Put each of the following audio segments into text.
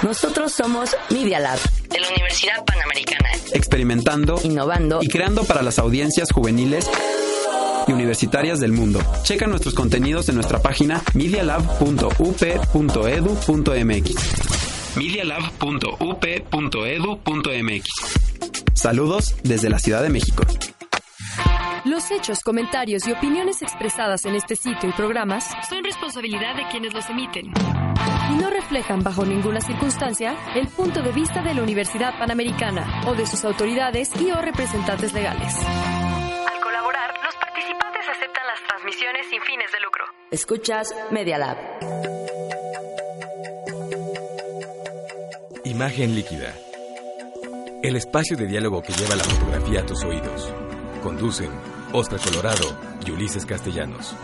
Nosotros somos Media Lab, de la Universidad Panamericana. Experimentando, innovando y creando para las audiencias juveniles y universitarias del mundo. Checa nuestros contenidos en nuestra página medialab.up.edu.mx. medialab.up.edu.mx. Saludos desde la Ciudad de México. Los hechos, comentarios y opiniones expresadas en este sitio y programas son responsabilidad de quienes los emiten y no reflejan bajo ninguna circunstancia el punto de vista de la Universidad Panamericana o de sus autoridades y o representantes legales. Al colaborar, los participantes aceptan las transmisiones sin fines de lucro. Escuchas Media Lab. Imagen líquida. El espacio de diálogo que lleva la fotografía a tus oídos. Conducen Oscar Colorado y Ulises Castellanos.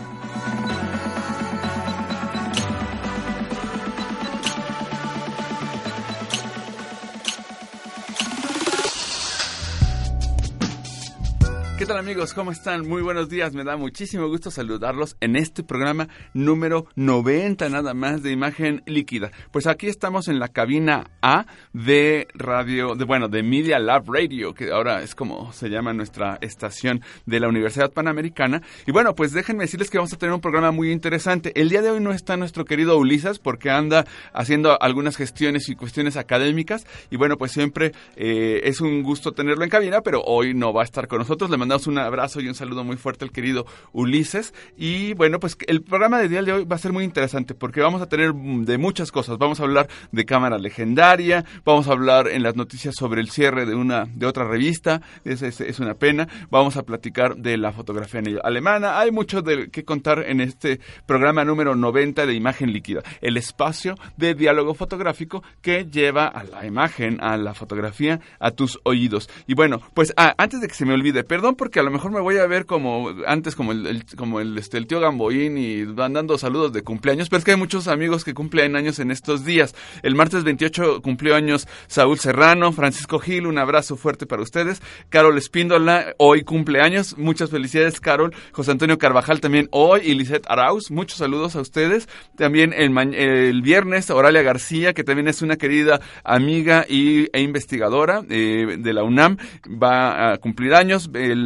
¿Qué tal, amigos? ¿Cómo están? Muy buenos días. Me da muchísimo gusto saludarlos en este programa número 90 nada más de Imagen Líquida. Pues aquí estamos en la cabina A de radio, de Media Lab Radio, que ahora es como se llama nuestra estación de la Universidad Panamericana. Y bueno, pues déjenme decirles que vamos a tener un programa muy interesante. El día de hoy no está nuestro querido Ulises porque anda haciendo algunas gestiones y cuestiones académicas. Y bueno, pues siempre es un gusto tenerlo en cabina, pero hoy no va a estar con nosotros. Le mandamos un abrazo y un saludo muy fuerte al querido Ulises. Y bueno, pues el programa del día de hoy va a ser muy interesante porque vamos a tener de muchas cosas. Vamos a hablar de cámara legendaria, vamos a hablar en las noticias sobre el cierre de otra revista, es una pena. Vamos a platicar de la fotografía alemana. Hay mucho de qué contar en este programa número 90 de Imagen Líquida, el espacio de diálogo fotográfico que lleva a la imagen, a la fotografía, a tus oídos. Y bueno, pues antes de que se me olvide, perdón porque a lo mejor me voy a ver como antes, como el tío Gamboín y van dando saludos de cumpleaños, pero es que hay muchos amigos que cumplen años en estos días. El martes 28 cumplió años Saúl Serrano, Francisco Gil, un abrazo fuerte para ustedes. Carol Espíndola, hoy cumpleaños, muchas felicidades, Carol. José Antonio Carvajal también hoy, y Lisette Arauz, muchos saludos a ustedes. También el viernes, Oralia García, que también es una querida amiga e investigadora de la UNAM, va a cumplir años.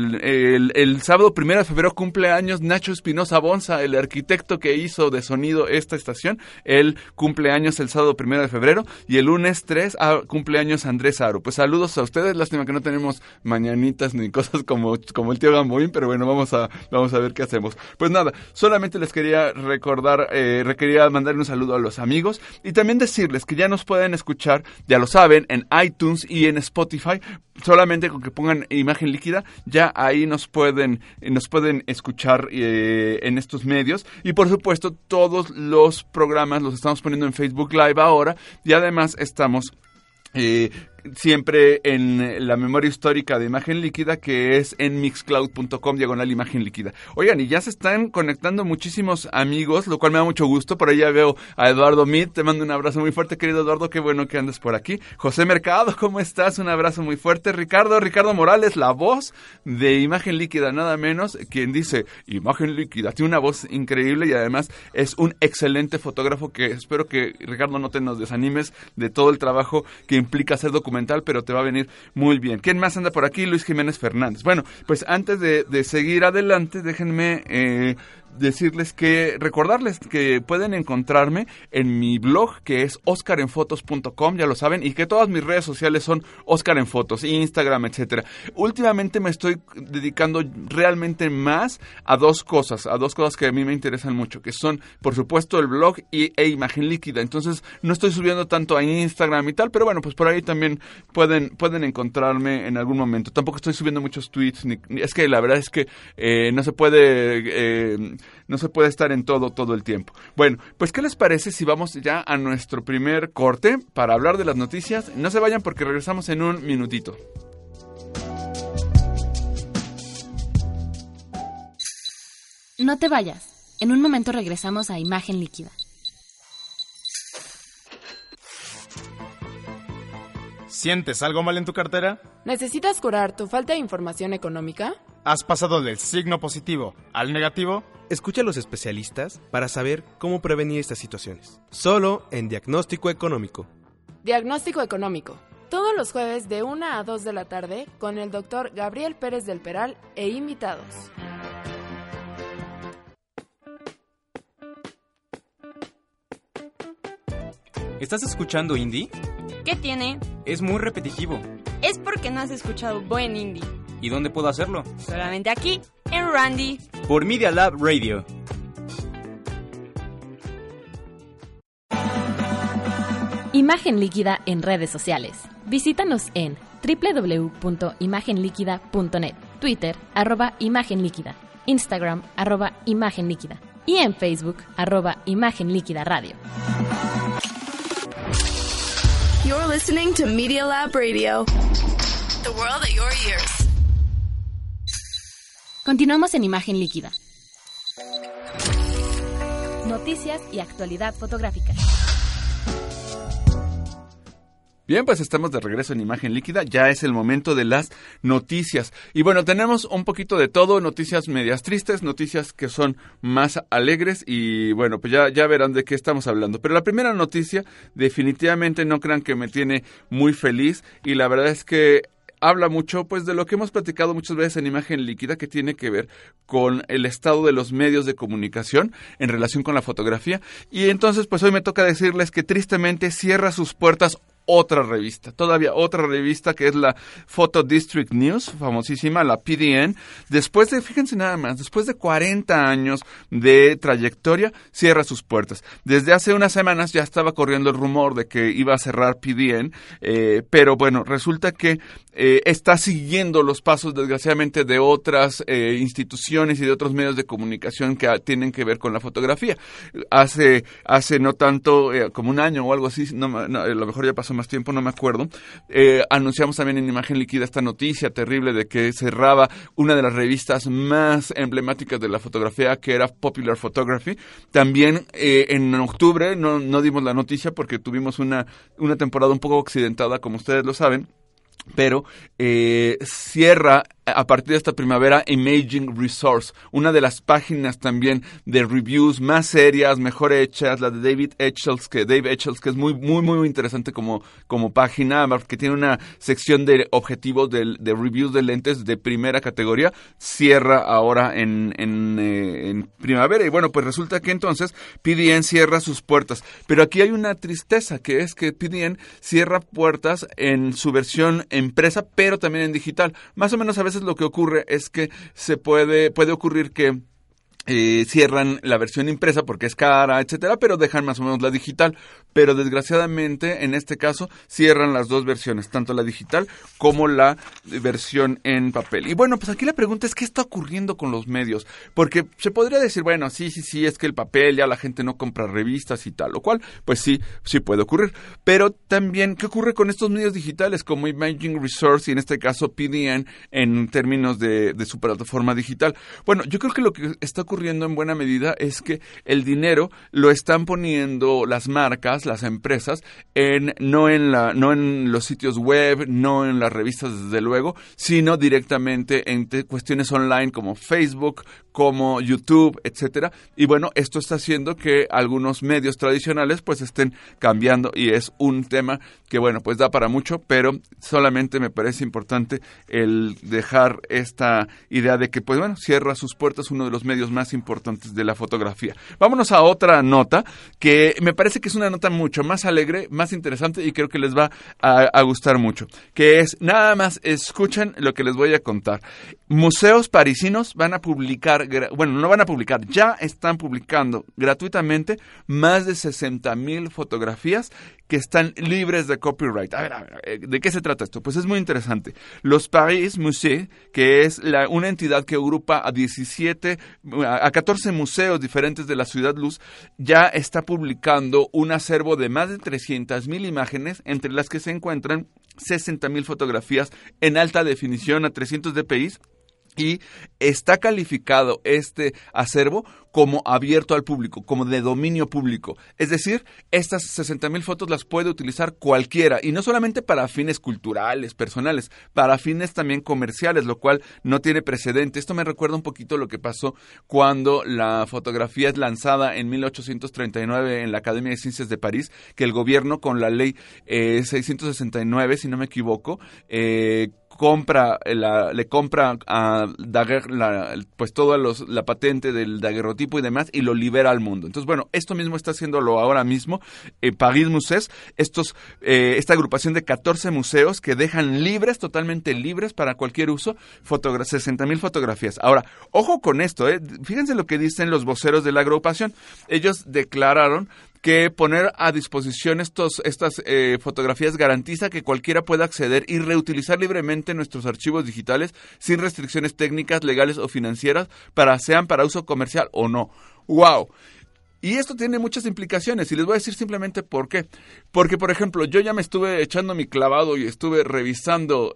El sábado 1 de febrero cumple años Nacho Espinosa Bonza, el arquitecto que hizo de sonido esta estación. Él cumple años el sábado 1 de febrero y el lunes 3 cumple años Andrés Aro. Pues saludos a ustedes, lástima que no tenemos mañanitas ni cosas como el tío Gamboín, pero bueno, vamos a ver qué hacemos. Pues nada, solamente les quería recordar, quería mandar un saludo a los amigos y también decirles que ya nos pueden escuchar, ya lo saben, en iTunes y en Spotify. Solamente con que pongan Imagen Líquida, ya ahí nos pueden escuchar en estos medios. Y por supuesto, todos los programas los estamos poniendo en Facebook Live ahora. Y además estamos siempre en la memoria histórica de Imagen Líquida, que es en mixcloud.com/Imagen Líquida. Oigan, y ya se están conectando muchísimos amigos, lo cual me da mucho gusto. Por ahí ya veo a Eduardo Mid, te mando un abrazo muy fuerte, querido Eduardo, qué bueno que andes por aquí. José Mercado, ¿cómo estás? Un abrazo muy fuerte. Ricardo Morales, la voz de Imagen Líquida, nada menos, quien dice Imagen Líquida, tiene una voz increíble y además es un excelente fotógrafo, que espero que, Ricardo, no te nos desanimes de todo el trabajo que implica hacer documental, pero te va a venir muy bien. ¿Quién más anda por aquí? Luis Jiménez Fernández. Bueno, pues antes de seguir adelante, déjenme recordarles que pueden encontrarme en mi blog, que es oscarenfotos.com, ya lo saben, y que todas mis redes sociales son Oscar en Fotos, Instagram, etcétera. Últimamente me estoy dedicando realmente más a dos cosas que a mí me interesan mucho, que son, por supuesto, el blog e Imagen Líquida. Entonces, no estoy subiendo tanto a Instagram y tal, pero bueno, pues por ahí también pueden encontrarme en algún momento. Tampoco estoy subiendo muchos tweets, es que la verdad es que no se puede estar en todo el tiempo. Bueno, pues ¿qué les parece si vamos ya a nuestro primer corte para hablar de las noticias? No se vayan porque regresamos en un minutito. No te vayas. En un momento regresamos a Imagen Líquida. ¿Sientes algo mal en tu cartera? ¿Necesitas curar tu falta de información económica? ¿Has pasado del signo positivo al negativo? Escucha a los especialistas para saber cómo prevenir estas situaciones. Solo en Diagnóstico Económico. Diagnóstico económico. Todos los jueves de 1 a 2 de la tarde con el Dr. Gabriel Pérez del Peral e invitados. ¿Estás escuchando indie? ¿Qué tiene? Es muy repetitivo. Es porque no has escuchado buen indie. ¿Y dónde puedo hacerlo? Solamente aquí, en Randy. Por Media Lab Radio. Imagen Líquida en redes sociales. Visítanos en www.imagenliquida.net, Twitter, @imagenliquida, Instagram, @imagenliquida y en Facebook, @Imagen Líquida Radio. You're listening to Media Lab Radio. The world at your ears. Continuamos en Imagen Líquida. Noticias y actualidad fotográfica. Bien, pues estamos de regreso en Imagen Líquida, ya es el momento de las noticias. Y bueno, tenemos un poquito de todo, noticias medias tristes, noticias que son más alegres y bueno, pues ya verán de qué estamos hablando. Pero la primera noticia definitivamente no crean que me tiene muy feliz y la verdad es que habla mucho pues de lo que hemos platicado muchas veces en Imagen Líquida, que tiene que ver con el estado de los medios de comunicación en relación con la fotografía. Y entonces pues hoy me toca decirles que tristemente cierra sus puertas todavía otra revista que es la Photo District News, famosísima, la PDN. Fíjense nada más, después de 40 años de trayectoria, cierra sus puertas. Desde hace unas semanas ya estaba corriendo el rumor de que iba a cerrar PDN, pero bueno, resulta que está siguiendo los pasos, desgraciadamente, de otras instituciones y de otros medios de comunicación que tienen que ver con la fotografía. Hace no tanto, como un año o algo así, a lo mejor ya pasó más tiempo, no me acuerdo, anunciamos también en Imagen Líquida esta noticia terrible de que cerraba una de las revistas más emblemáticas de la fotografía, que era Popular Photography. También en octubre, no dimos la noticia porque tuvimos una temporada un poco accidentada, como ustedes lo saben, pero cierra a partir de esta primavera Imaging Resource, una de las páginas también de reviews más serias, mejor hechas, la de Dave Etchells, que es muy muy muy interesante como página, que tiene una sección de objetivos de reviews de lentes de primera categoría. Cierra ahora en primavera y bueno, pues resulta que entonces PDN cierra sus puertas, pero aquí hay una tristeza, que es que PDN cierra puertas en su versión impresa, pero también en digital. Más o menos a veces lo que ocurre es que puede ocurrir que cierran la versión impresa porque es cara, etcétera, pero dejan más o menos la digital. Pero desgraciadamente, en este caso, cierran las dos versiones, tanto la digital como la versión en papel. Y bueno, pues aquí la pregunta es, ¿qué está ocurriendo con los medios? Porque se podría decir, bueno, sí, es que el papel, ya la gente no compra revistas y tal, lo cual, pues sí puede ocurrir. Pero también, ¿qué ocurre con estos medios digitales como Imaging Resource y en este caso PDN en términos de su plataforma digital? Bueno, yo creo que lo que está ocurriendo en buena medida es que el dinero lo están poniendo las marcas, las empresas, no en los sitios web, no en las revistas desde luego, sino directamente en cuestiones online como Facebook, como YouTube, etcétera. Y bueno, esto está haciendo que algunos medios tradicionales pues estén cambiando y es un tema que bueno, pues da para mucho, pero solamente me parece importante el dejar esta idea de que pues bueno, cierra sus puertas uno de los medios más importantes de la fotografía. Vámonos a otra nota que me parece que es una nota mucho más alegre, más interesante y creo que les va a gustar mucho, que es, nada más escuchen lo que les voy a contar. Museos parisinos van a publicar, ya están publicando gratuitamente más de 60,000 fotografías que están libres de copyright. A ver, ¿de qué se trata esto? Pues es muy interesante. Los Paris Musées, que es una entidad que agrupa a 14 museos diferentes de la Ciudad Luz, ya está publicando un acervo de más de 300,000 imágenes, entre las que se encuentran 60,000 fotografías en alta definición a 300 dpi Y está calificado este acervo como abierto al público, como de dominio público. Es decir, estas 60,000 fotos las puede utilizar cualquiera, y no solamente para fines culturales, personales, para fines también comerciales, lo cual no tiene precedente. Esto me recuerda un poquito lo que pasó cuando la fotografía es lanzada en 1839 en la Academia de Ciencias de París, que el gobierno con la ley 669, si no me equivoco, le compra a Daguerre pues toda la patente del daguerrotipo y demás, y lo libera al mundo. Entonces, bueno, esto mismo está haciéndolo ahora mismo Paris Musées, esta agrupación de 14 museos que dejan totalmente libres para cualquier uso, 60,000 fotografías. Ahora, ojo con esto, fíjense lo que dicen los voceros de la agrupación. Ellos declararon que poner a disposición estas fotografías garantiza que cualquiera pueda acceder y reutilizar libremente nuestros archivos digitales sin restricciones técnicas, legales o financieras, sean para uso comercial o no. ¡Wow! Y esto tiene muchas implicaciones, y les voy a decir simplemente por qué. Porque, por ejemplo, yo ya me estuve echando mi clavado y estuve revisando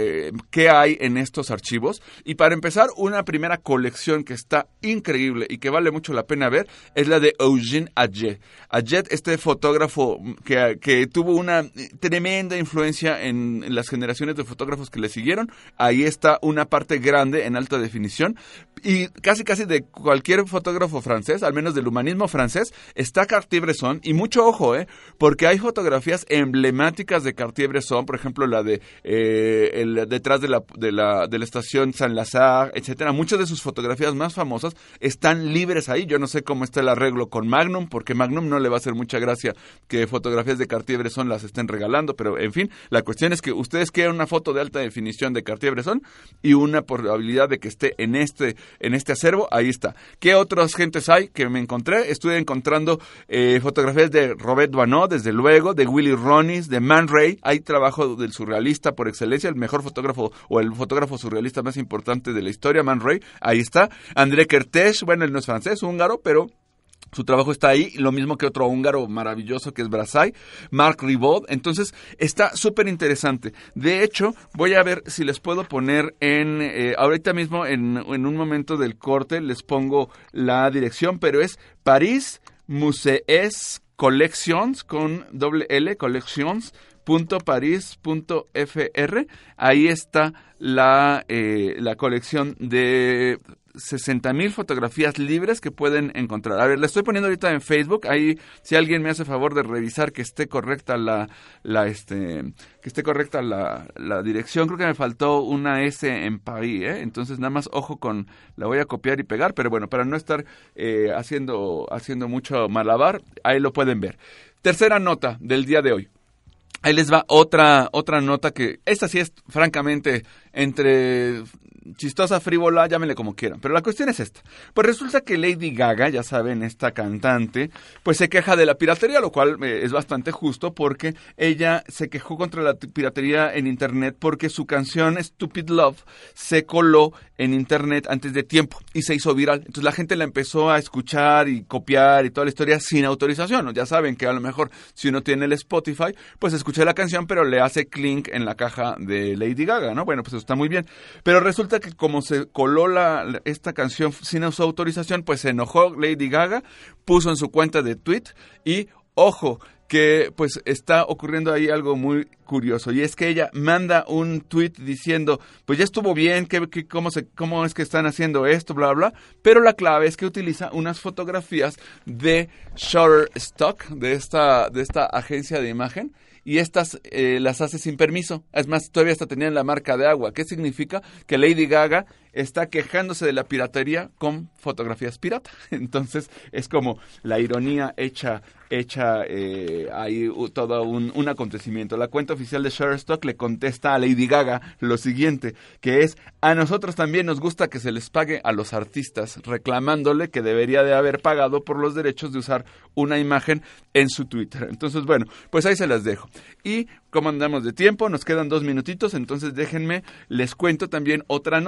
qué hay en estos archivos. Y para empezar, una primera colección que está increíble y que vale mucho la pena ver es la de Eugène Atget. Atget, este fotógrafo que tuvo una tremenda influencia en las generaciones de fotógrafos que le siguieron. Ahí está una parte grande en alta definición. Y casi de cualquier fotógrafo francés, al menos del humanismo francés, está Cartier-Bresson. Y mucho ojo, porque hay fotografías emblemáticas de Cartier-Bresson, por ejemplo la de detrás de la estación Saint-Lazare, etcétera. Muchas de sus fotografías más famosas están libres ahí. Yo no sé cómo está el arreglo con Magnum, porque Magnum no le va a hacer mucha gracia que fotografías de Cartier-Bresson las estén regalando, pero en fin, la cuestión es que ustedes quieren una foto de alta definición de Cartier-Bresson y una probabilidad de que esté en este acervo, ahí está. ¿Qué otras gentes hay que me encontré? Estuve encontrando fotografías de Robert Doisneau, desde luego, de Willy Ronis, de Man Ray. Hay trabajo del surrealista por excelencia, el mejor fotógrafo o el fotógrafo surrealista más importante de la historia, Man Ray. Ahí está. André Kertész, bueno, él no es francés, húngaro, pero su trabajo está ahí, lo mismo que otro húngaro maravilloso que es Brassai, Marc Ribot. Entonces está súper interesante. De hecho, voy a ver si les puedo poner ahorita mismo en un momento del corte les pongo la dirección, pero es Paris Musees Collections con doble L, collections.paris.fr. Ahí está la colección de 60,000 fotografías libres que pueden encontrar. A ver, la estoy poniendo ahorita en Facebook. Ahí, si alguien me hace favor de revisar que esté correcta la dirección. Creo que me faltó una S en Paris, entonces nada más ojo con, la voy a copiar y pegar, pero bueno, para no estar haciendo mucho malabar, ahí lo pueden ver. Tercera nota del día de hoy. Ahí les va otra nota que, esta sí es francamente entre chistosa, frívola, llámenle como quieran. Pero la cuestión es esta. Pues resulta que Lady Gaga, ya saben, esta cantante, pues se queja de la piratería, lo cual es bastante justo porque ella se quejó contra la piratería en internet porque su canción Stupid Love se coló en internet antes de tiempo y se hizo viral. Entonces la gente la empezó a escuchar y copiar y toda la historia sin autorización. Ya saben que a lo mejor si uno tiene el Spotify, pues escucha la canción, pero le hace clink en la caja de Lady Gaga, ¿no? Bueno, pues eso está muy bien. Pero resulta que como se coló esta canción sin su autorización, pues se enojó Lady Gaga, puso en su cuenta de tweet y, ojo, que pues está ocurriendo ahí algo muy curioso, y es que ella manda un tweet diciendo, pues ya estuvo bien, cómo es que están haciendo esto, bla, bla, pero la clave es que utiliza unas fotografías de Shutterstock, de esta agencia de imagen, y estas las hace sin permiso. Es más, todavía hasta tenían la marca de agua. ¿Qué significa? Que Lady Gaga está quejándose de la piratería con fotografías pirata. Entonces es como la ironía hecha ahí todo un acontecimiento. La cuenta oficial de Shutterstock le contesta a Lady Gaga lo siguiente, que es: a nosotros también nos gusta que se les pague a los artistas, reclamándole que debería de haber pagado por los derechos de usar una imagen en su Twitter. Entonces, bueno, pues ahí se las dejo. Y como andamos de tiempo, nos quedan 2 minutitos, entonces déjenme, les cuento también otra nota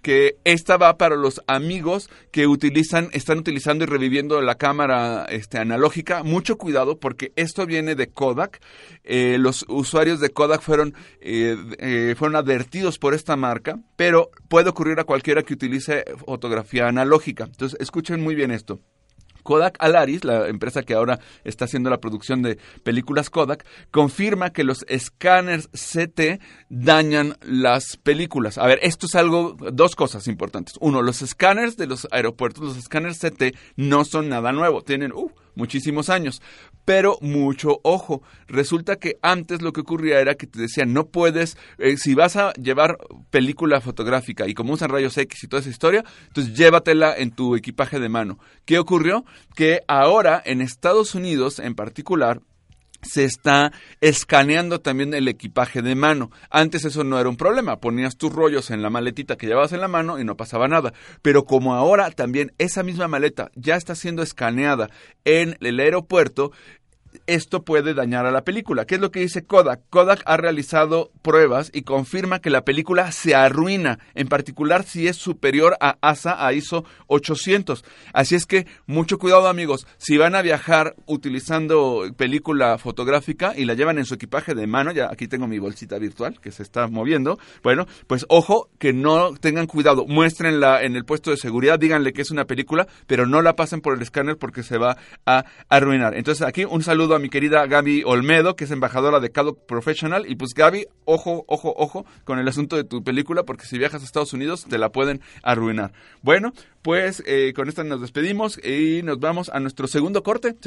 que esta va para los amigos que están utilizando y reviviendo la cámara analógica. Mucho cuidado porque esto viene de Kodak. Los usuarios de Kodak fueron advertidos por esta marca, pero puede ocurrir a cualquiera que utilice fotografía analógica. Entonces, escuchen muy bien esto. Kodak Alaris, la empresa que ahora está haciendo la producción de películas Kodak, confirma que los escáneres CT dañan las películas. A ver, esto es dos cosas importantes. Uno, los escáneres de los aeropuertos, los escáneres CT no son nada nuevo, tienen muchísimos años, pero mucho ojo. Resulta que antes lo que ocurría era que te decían, no puedes, si vas a llevar película fotográfica y como usan rayos X y toda esa historia, entonces llévatela en tu equipaje de mano. ¿Qué ocurrió? Que ahora en Estados Unidos en particular se está escaneando también el equipaje de mano. Antes eso no era un problema, ponías tus rollos en la maletita que llevabas en la mano y no pasaba nada. Pero como ahora también esa misma maleta ya está siendo escaneada en el aeropuerto, esto puede dañar a la película. ¿Qué es lo que dice Kodak? Kodak ha realizado pruebas y confirma que la película se arruina, en particular si es superior a ISO 800. Así es que mucho cuidado, amigos. Si van a viajar utilizando película fotográfica y la llevan en su equipaje de mano, ya aquí tengo mi bolsita virtual que se está moviendo, bueno, pues ojo que no tengan cuidado. Muéstrenla en el puesto de seguridad, díganle que es una película, pero no la pasen por el escáner porque se va a arruinar. Entonces aquí un saludo a mi querida Gaby Olmedo, que es embajadora de Kodak Professional. Y pues Gaby, ojo con el asunto de tu película, porque si viajas a Estados Unidos te la pueden arruinar. Bueno, pues con esto nos despedimos y nos vamos a nuestro segundo corte.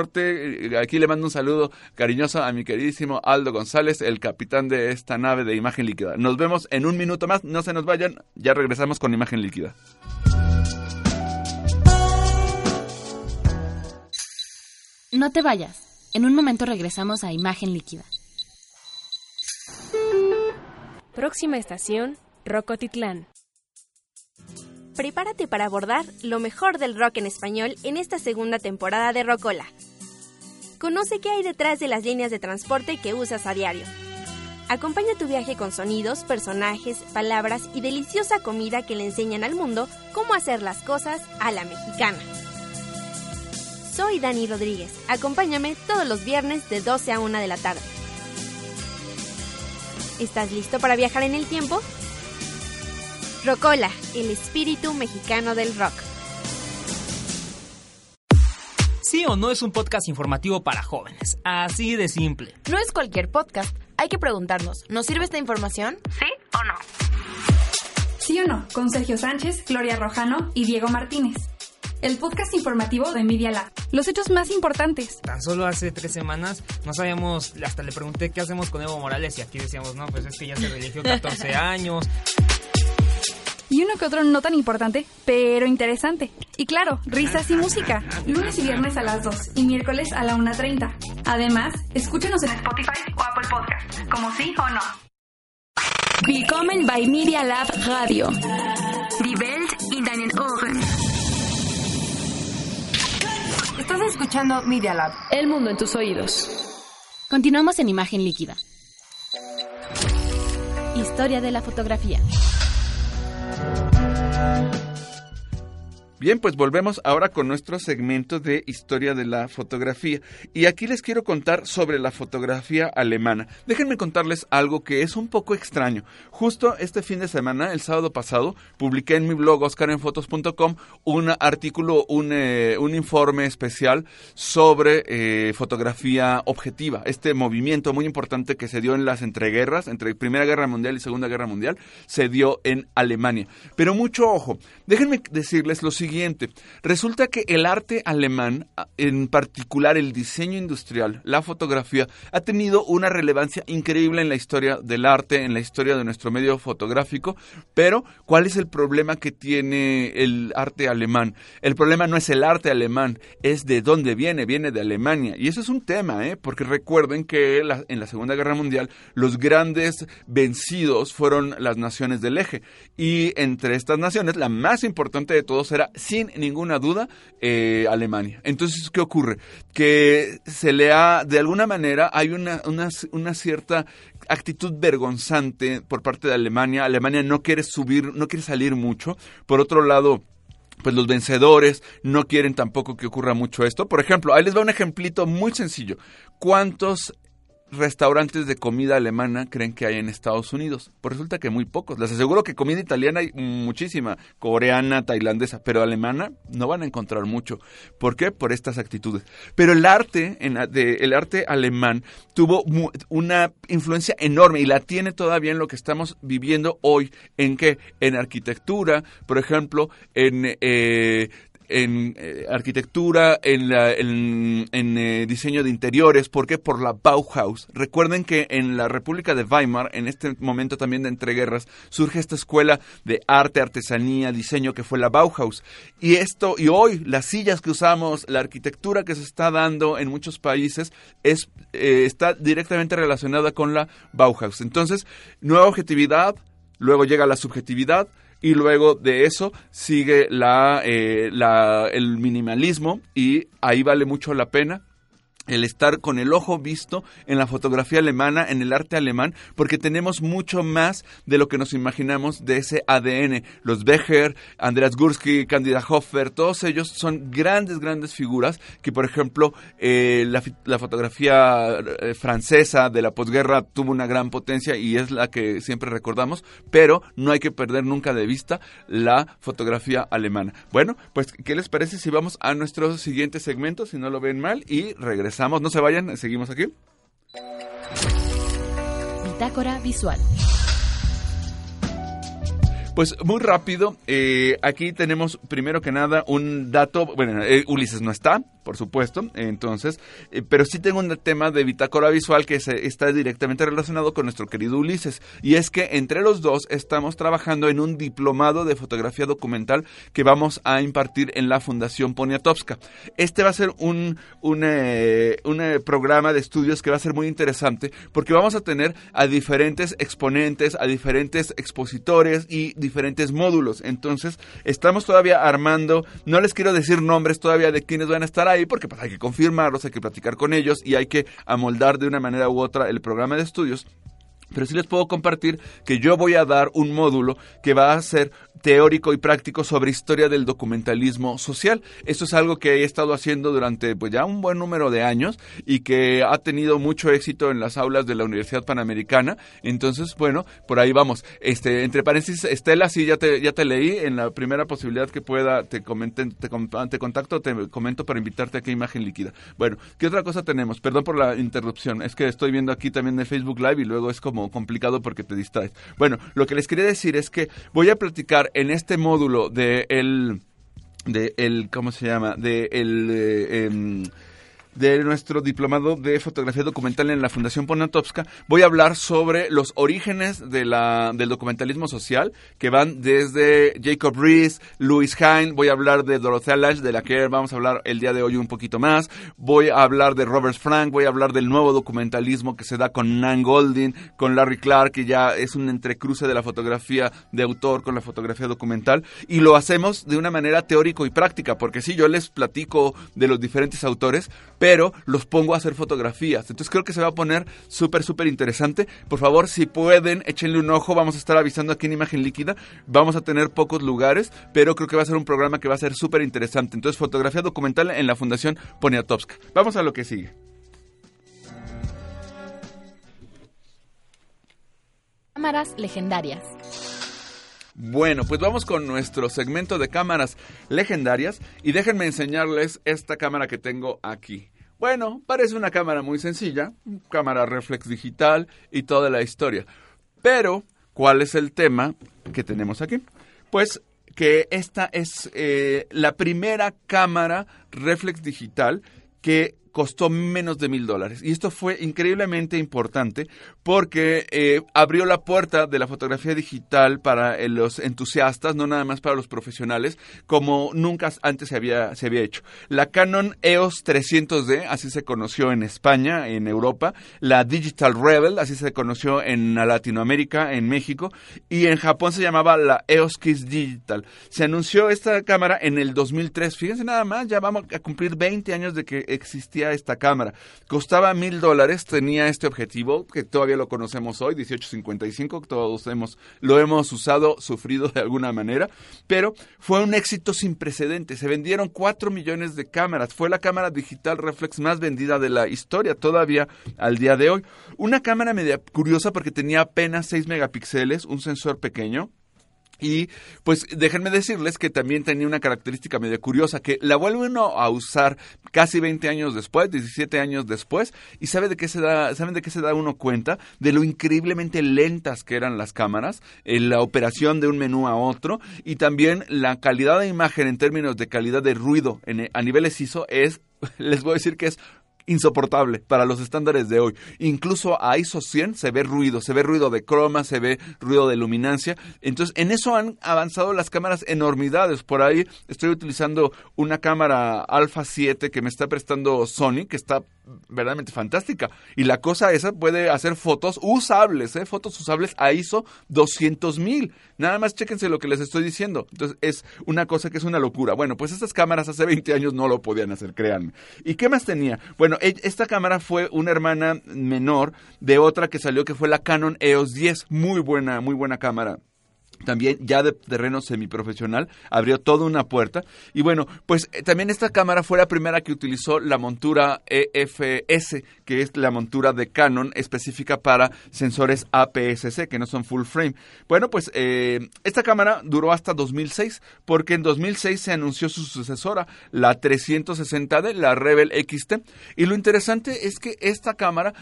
Aquí le mando un saludo cariñoso a mi queridísimo Aldo González, el capitán de esta nave de Imagen Líquida. Nos vemos en un minuto más, no se nos vayan, ya regresamos con Imagen Líquida. No te vayas. En un momento regresamos a Imagen Líquida. Próxima estación, Rocotitlán. Prepárate para abordar lo mejor del rock en español en esta segunda temporada de Rocola. Conoce qué hay detrás de las líneas de transporte que usas a diario. Acompaña tu viaje con sonidos, personajes, palabras y deliciosa comida que le enseñan al mundo cómo hacer las cosas a la mexicana. Soy Dani Rodríguez. Acompáñame todos los viernes de 12 a 1 de la tarde. ¿Estás listo para viajar en el tiempo? Rocola, el espíritu mexicano del rock. Sí o no es un podcast informativo para jóvenes. Así de simple. No es cualquier podcast. Hay que preguntarnos, ¿nos sirve esta información? ¿Sí o no? Sí o no, con Sergio Sánchez, Gloria Rojano y Diego Martínez. El podcast informativo de Media Lab. Los hechos más importantes. Tan solo hace 3 semanas no sabíamos, hasta le pregunté qué hacemos con Evo Morales y aquí decíamos, no, pues es que ya se religió 14 años. Y uno que otro no tan importante, pero interesante. Y claro, risas y música. Lunes y viernes a las 2 y miércoles a la 1:30. Además, escúchenos en Spotify o Apple Podcast, como sí o no. Willkommen bei Media Lab Radio. Die Welt in deinen Ohren. Estás escuchando Media Lab. El mundo en tus oídos. Continuamos en Imagen Líquida. Historia de la fotografía. Bien, pues volvemos ahora con nuestro segmento de historia de la fotografía. Y aquí les quiero contar sobre la fotografía alemana. Déjenme contarles algo que es un poco extraño. Justo este fin de semana, el sábado pasado, publiqué en mi blog oscarenfotos.com un artículo, un informe especial sobre fotografía objetiva. Este movimiento muy importante que se dio en las entreguerras, entre Primera Guerra Mundial y Segunda Guerra Mundial, se dio en Alemania. Pero mucho ojo, déjenme decirles lo siguiente. Resulta que el arte alemán, en particular el diseño industrial, la fotografía, ha tenido una relevancia increíble en la historia del arte, en la historia de nuestro medio fotográfico. Pero, ¿cuál es el problema que tiene el arte alemán? El problema no es el arte alemán, es de dónde viene de Alemania. Y eso es un tema, porque recuerden que en la Segunda Guerra Mundial los grandes vencidos fueron las naciones del eje. Y entre estas naciones, la más importante de todos era, sin ninguna duda, Alemania. Entonces, ¿qué ocurre? Que de alguna manera hay una cierta actitud vergonzante por parte de Alemania. Alemania no quiere salir mucho. Por otro lado, pues los vencedores no quieren tampoco que ocurra mucho esto. Por ejemplo, ahí les va un ejemplito muy sencillo. ¿Cuántos restaurantes de comida alemana creen que hay en Estados Unidos? Pues resulta que muy pocos. Les aseguro que comida italiana hay muchísima, coreana, tailandesa, pero alemana no van a encontrar mucho. ¿Por qué? Por estas actitudes. Pero el arte alemán tuvo una influencia enorme y la tiene todavía en lo que estamos viviendo hoy. ¿En qué? En arquitectura, por ejemplo, en arquitectura, en diseño de interiores. ¿Por qué? Por la Bauhaus. Recuerden que en la República de Weimar, en este momento también de entreguerras, surge esta escuela de arte, artesanía, diseño que fue la Bauhaus. Y hoy las sillas que usamos, la arquitectura que se está dando en muchos países está directamente relacionada con la Bauhaus. Entonces, nueva objetividad, luego llega la subjetividad, y luego de eso sigue el minimalismo, y ahí vale mucho la pena el estar con el ojo visto en la fotografía alemana, en el arte alemán, porque tenemos mucho más de lo que nos imaginamos de ese ADN. Los Becher, Andreas Gursky, Candida Hofer, todos ellos son grandes figuras que, por ejemplo, la fotografía francesa de la posguerra tuvo una gran potencia y es la que siempre recordamos, pero no hay que perder nunca de vista la fotografía alemana. Bueno, pues, ¿qué les parece si vamos a nuestro siguiente segmento, si no lo ven mal, y regresamos? No se vayan, seguimos aquí. Bitácora visual. Pues muy rápido, aquí tenemos primero que nada un dato. Bueno, Ulises no está, por supuesto, entonces, pero sí tengo un tema de bitácora visual que está directamente relacionado con nuestro querido Ulises, y es que entre los dos estamos trabajando en un diplomado de fotografía documental que vamos a impartir en la Fundación Poniatowska. Este va a ser un programa de estudios que va a ser muy interesante, porque vamos a tener a diferentes exponentes, a diferentes expositores y diferentes módulos. Entonces, estamos todavía armando, no les quiero decir nombres todavía de quiénes van a estar ahí, porque pues hay que confirmarlos, hay que platicar con ellos y hay que amoldar de una manera u otra el programa de estudios. Pero sí les puedo compartir que yo voy a dar un módulo que va a ser teórico y práctico sobre historia del documentalismo social. Esto es algo que he estado haciendo durante pues ya un buen número de años y que ha tenido mucho éxito en las aulas de la Universidad Panamericana. Entonces, bueno, por ahí vamos. Entre paréntesis, Estela, sí, ya te leí. En la primera posibilidad que pueda, te contacto, te comento para invitarte aquí a Imagen Líquida. Bueno, ¿qué otra cosa tenemos? Perdón por la interrupción. Es que estoy viendo aquí también el Facebook Live y luego es como complicado porque te distraes. Bueno, lo que les quería decir es que voy a platicar en este módulo ¿cómo se llama? De nuestro diplomado de fotografía documental en la Fundación Poniatowska. Voy a hablar sobre los orígenes del documentalismo social, que van desde Jacob Riis, Louis Hine. Voy a hablar de Dorothea Lange, de la que vamos a hablar el día de hoy un poquito más. Voy a hablar de Robert Frank, voy a hablar del nuevo documentalismo que se da con Nan Goldin, con Larry Clark, que ya es un entrecruce de la fotografía de autor con la fotografía documental, y lo hacemos de una manera teórico y práctica, porque sí, yo les platico de los diferentes autores, pero los pongo a hacer fotografías. Entonces creo que se va a poner súper interesante. Por favor, si pueden, échenle un ojo. Vamos a estar avisando aquí en Imagen Líquida. Vamos a tener pocos lugares, pero creo que va a ser un programa que va a ser súper interesante. Entonces, fotografía documental en la Fundación Poniatowska. Vamos a lo que sigue. Cámaras legendarias. Bueno, pues vamos con nuestro segmento de cámaras legendarias y déjenme enseñarles esta cámara que tengo aquí. Bueno, parece una cámara muy sencilla, cámara reflex digital y toda la historia. Pero, ¿cuál es el tema que tenemos aquí? Pues que esta es la primera cámara reflex digital que costó menos de $1,000. Y esto fue increíblemente importante porque abrió la puerta de la fotografía digital para los entusiastas, no nada más para los profesionales, como nunca antes se había hecho. La Canon EOS 300D, así se conoció en España, en Europa. La Digital Rebel, así se conoció en Latinoamérica, en México. Y en Japón se llamaba la EOS Kiss Digital. Se anunció esta cámara en el 2003. Fíjense nada más, ya vamos a cumplir 20 años de que existía hacía esta cámara. Costaba $1,000, tenía este objetivo, que todavía lo conocemos hoy, 18-55, todos lo hemos usado, sufrido de alguna manera, pero fue un éxito sin precedentes. Se vendieron 4 millones de cámaras. Fue la cámara digital reflex más vendida de la historia, todavía al día de hoy. Una cámara media curiosa porque tenía apenas 6 megapíxeles, un sensor pequeño. Y pues déjenme decirles que también tenía una característica medio curiosa, que la vuelve uno a usar casi 20 años después, 17 años después, y ¿saben de qué se da uno cuenta? De lo increíblemente lentas que eran las cámaras, la operación de un menú a otro, y también la calidad de imagen en términos de calidad de ruido a niveles ISO les voy a decir que es insoportable para los estándares de hoy. Incluso a ISO 100 se ve ruido de croma, se ve ruido de luminancia. Entonces, en eso han avanzado las cámaras enormidades. Por ahí estoy utilizando una cámara Alpha 7 que me está prestando Sony, que está verdaderamente fantástica. Y la cosa esa puede hacer fotos usables, fotos usables a ISO 200,000. Nada más chéquense lo que les estoy diciendo. Entonces, es una cosa que es una locura. Bueno, pues estas cámaras hace 20 años no lo podían hacer, créanme. ¿Y qué más tenía? Bueno, esta cámara fue una hermana menor de otra que salió, que fue la Canon EOS 10. Muy buena cámara. También ya de terreno semiprofesional, abrió toda una puerta. Y bueno, pues también esta cámara fue la primera que utilizó la montura EFS, que es la montura de Canon específica para sensores APS-C, que no son full frame. Bueno, pues esta cámara duró hasta 2006, porque en 2006 se anunció su sucesora, la 360D, la Rebel XT. Y lo interesante es que esta cámara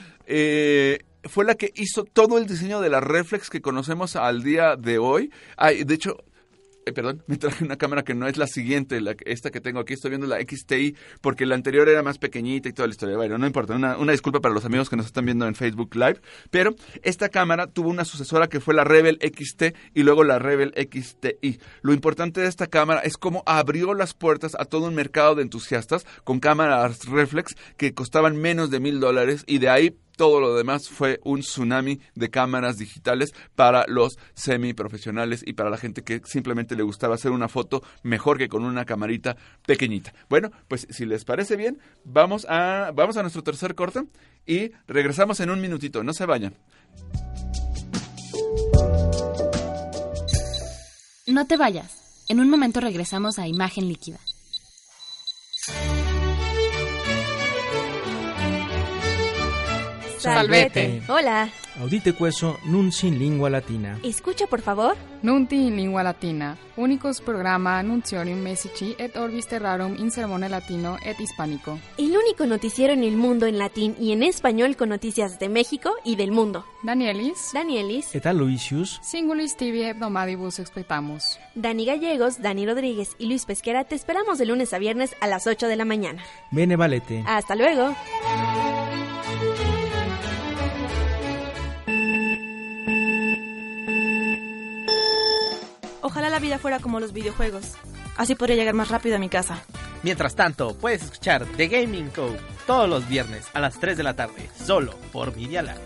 fue la que hizo todo el diseño de la reflex que conocemos al día de hoy. De hecho, me traje una cámara que no es la siguiente, esta que tengo aquí. Estoy viendo la XTI, porque la anterior era más pequeñita y toda la historia. Bueno, no importa, una disculpa para los amigos que nos están viendo en Facebook Live, pero esta cámara tuvo una sucesora que fue la Rebel XT y luego la Rebel XTI. Lo importante de esta cámara es cómo abrió las puertas a todo un mercado de entusiastas con cámaras reflex que costaban menos de $1,000, y de ahí todo lo demás fue un tsunami de cámaras digitales para los semiprofesionales y para la gente que simplemente le gustaba hacer una foto mejor que con una camarita pequeñita. Bueno, pues si les parece bien, vamos a nuestro tercer corte y regresamos en un minutito. No se vayan. No te vayas. En un momento regresamos a Imagen Líquida. Salvete. Hola. Audite queso nunc in lingua latina. Escucha, por favor. Nunc in lingua latina. Unicus programa annunciorium messici et orbis terrarum in sermone latino et hispánico. El único noticiero en el mundo en latín y en español con noticias de México y del mundo. Danielis. Et Aloysius. Singulis tibi hebdomadibus expectamus. Dani Gallegos, Dani Rodríguez y Luis Pesquera te esperamos de lunes a viernes a las 8 de la mañana. Bene valete. Hasta luego. Ojalá la vida fuera como los videojuegos. Así podría llegar más rápido a mi casa. Mientras tanto, puedes escuchar The Gaming Code todos los viernes a las 3 de la tarde, solo por Media Lab.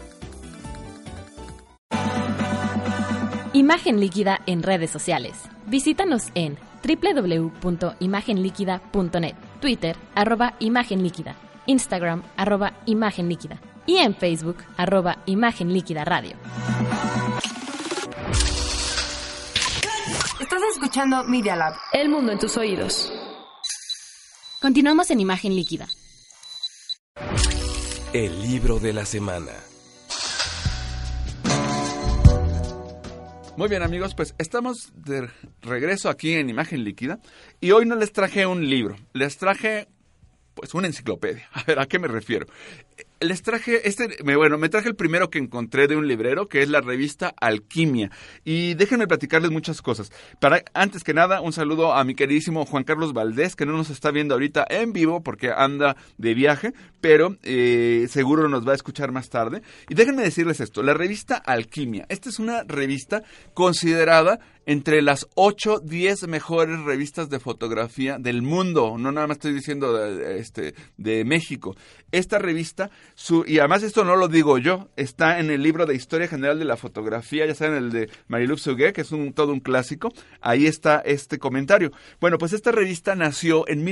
Imagen Líquida en redes sociales. Visítanos en www.imagenliquida.net, Twitter, @Imagen Líquida, Instagram, @Imagen Líquida y en Facebook, @Imagen Líquida Radio. Estás escuchando Media Lab, el mundo en tus oídos. Continuamos en Imagen Líquida. El libro de la semana. Muy bien, amigos, pues estamos de regreso aquí en Imagen Líquida y hoy no les traje un libro, les traje pues una enciclopedia. A ver, ¿a qué me refiero? Les traje me traje el primero que encontré de un librero, que es la revista Alquimia. Y déjenme platicarles muchas cosas. Antes que nada, un saludo a mi queridísimo Juan Carlos Valdés, que no nos está viendo ahorita en vivo porque anda de viaje, pero seguro nos va a escuchar más tarde. Y déjenme decirles esto, la revista Alquimia. Esta es una revista considerada entre las 8-10 mejores revistas de fotografía del mundo. No nada más estoy diciendo de México. Esta revista y además esto no lo digo yo, está en el libro de Historia General de la Fotografía, ya saben, el de Marie-Luc Suguet, que es todo un clásico, ahí está este comentario. Bueno, pues esta revista nació en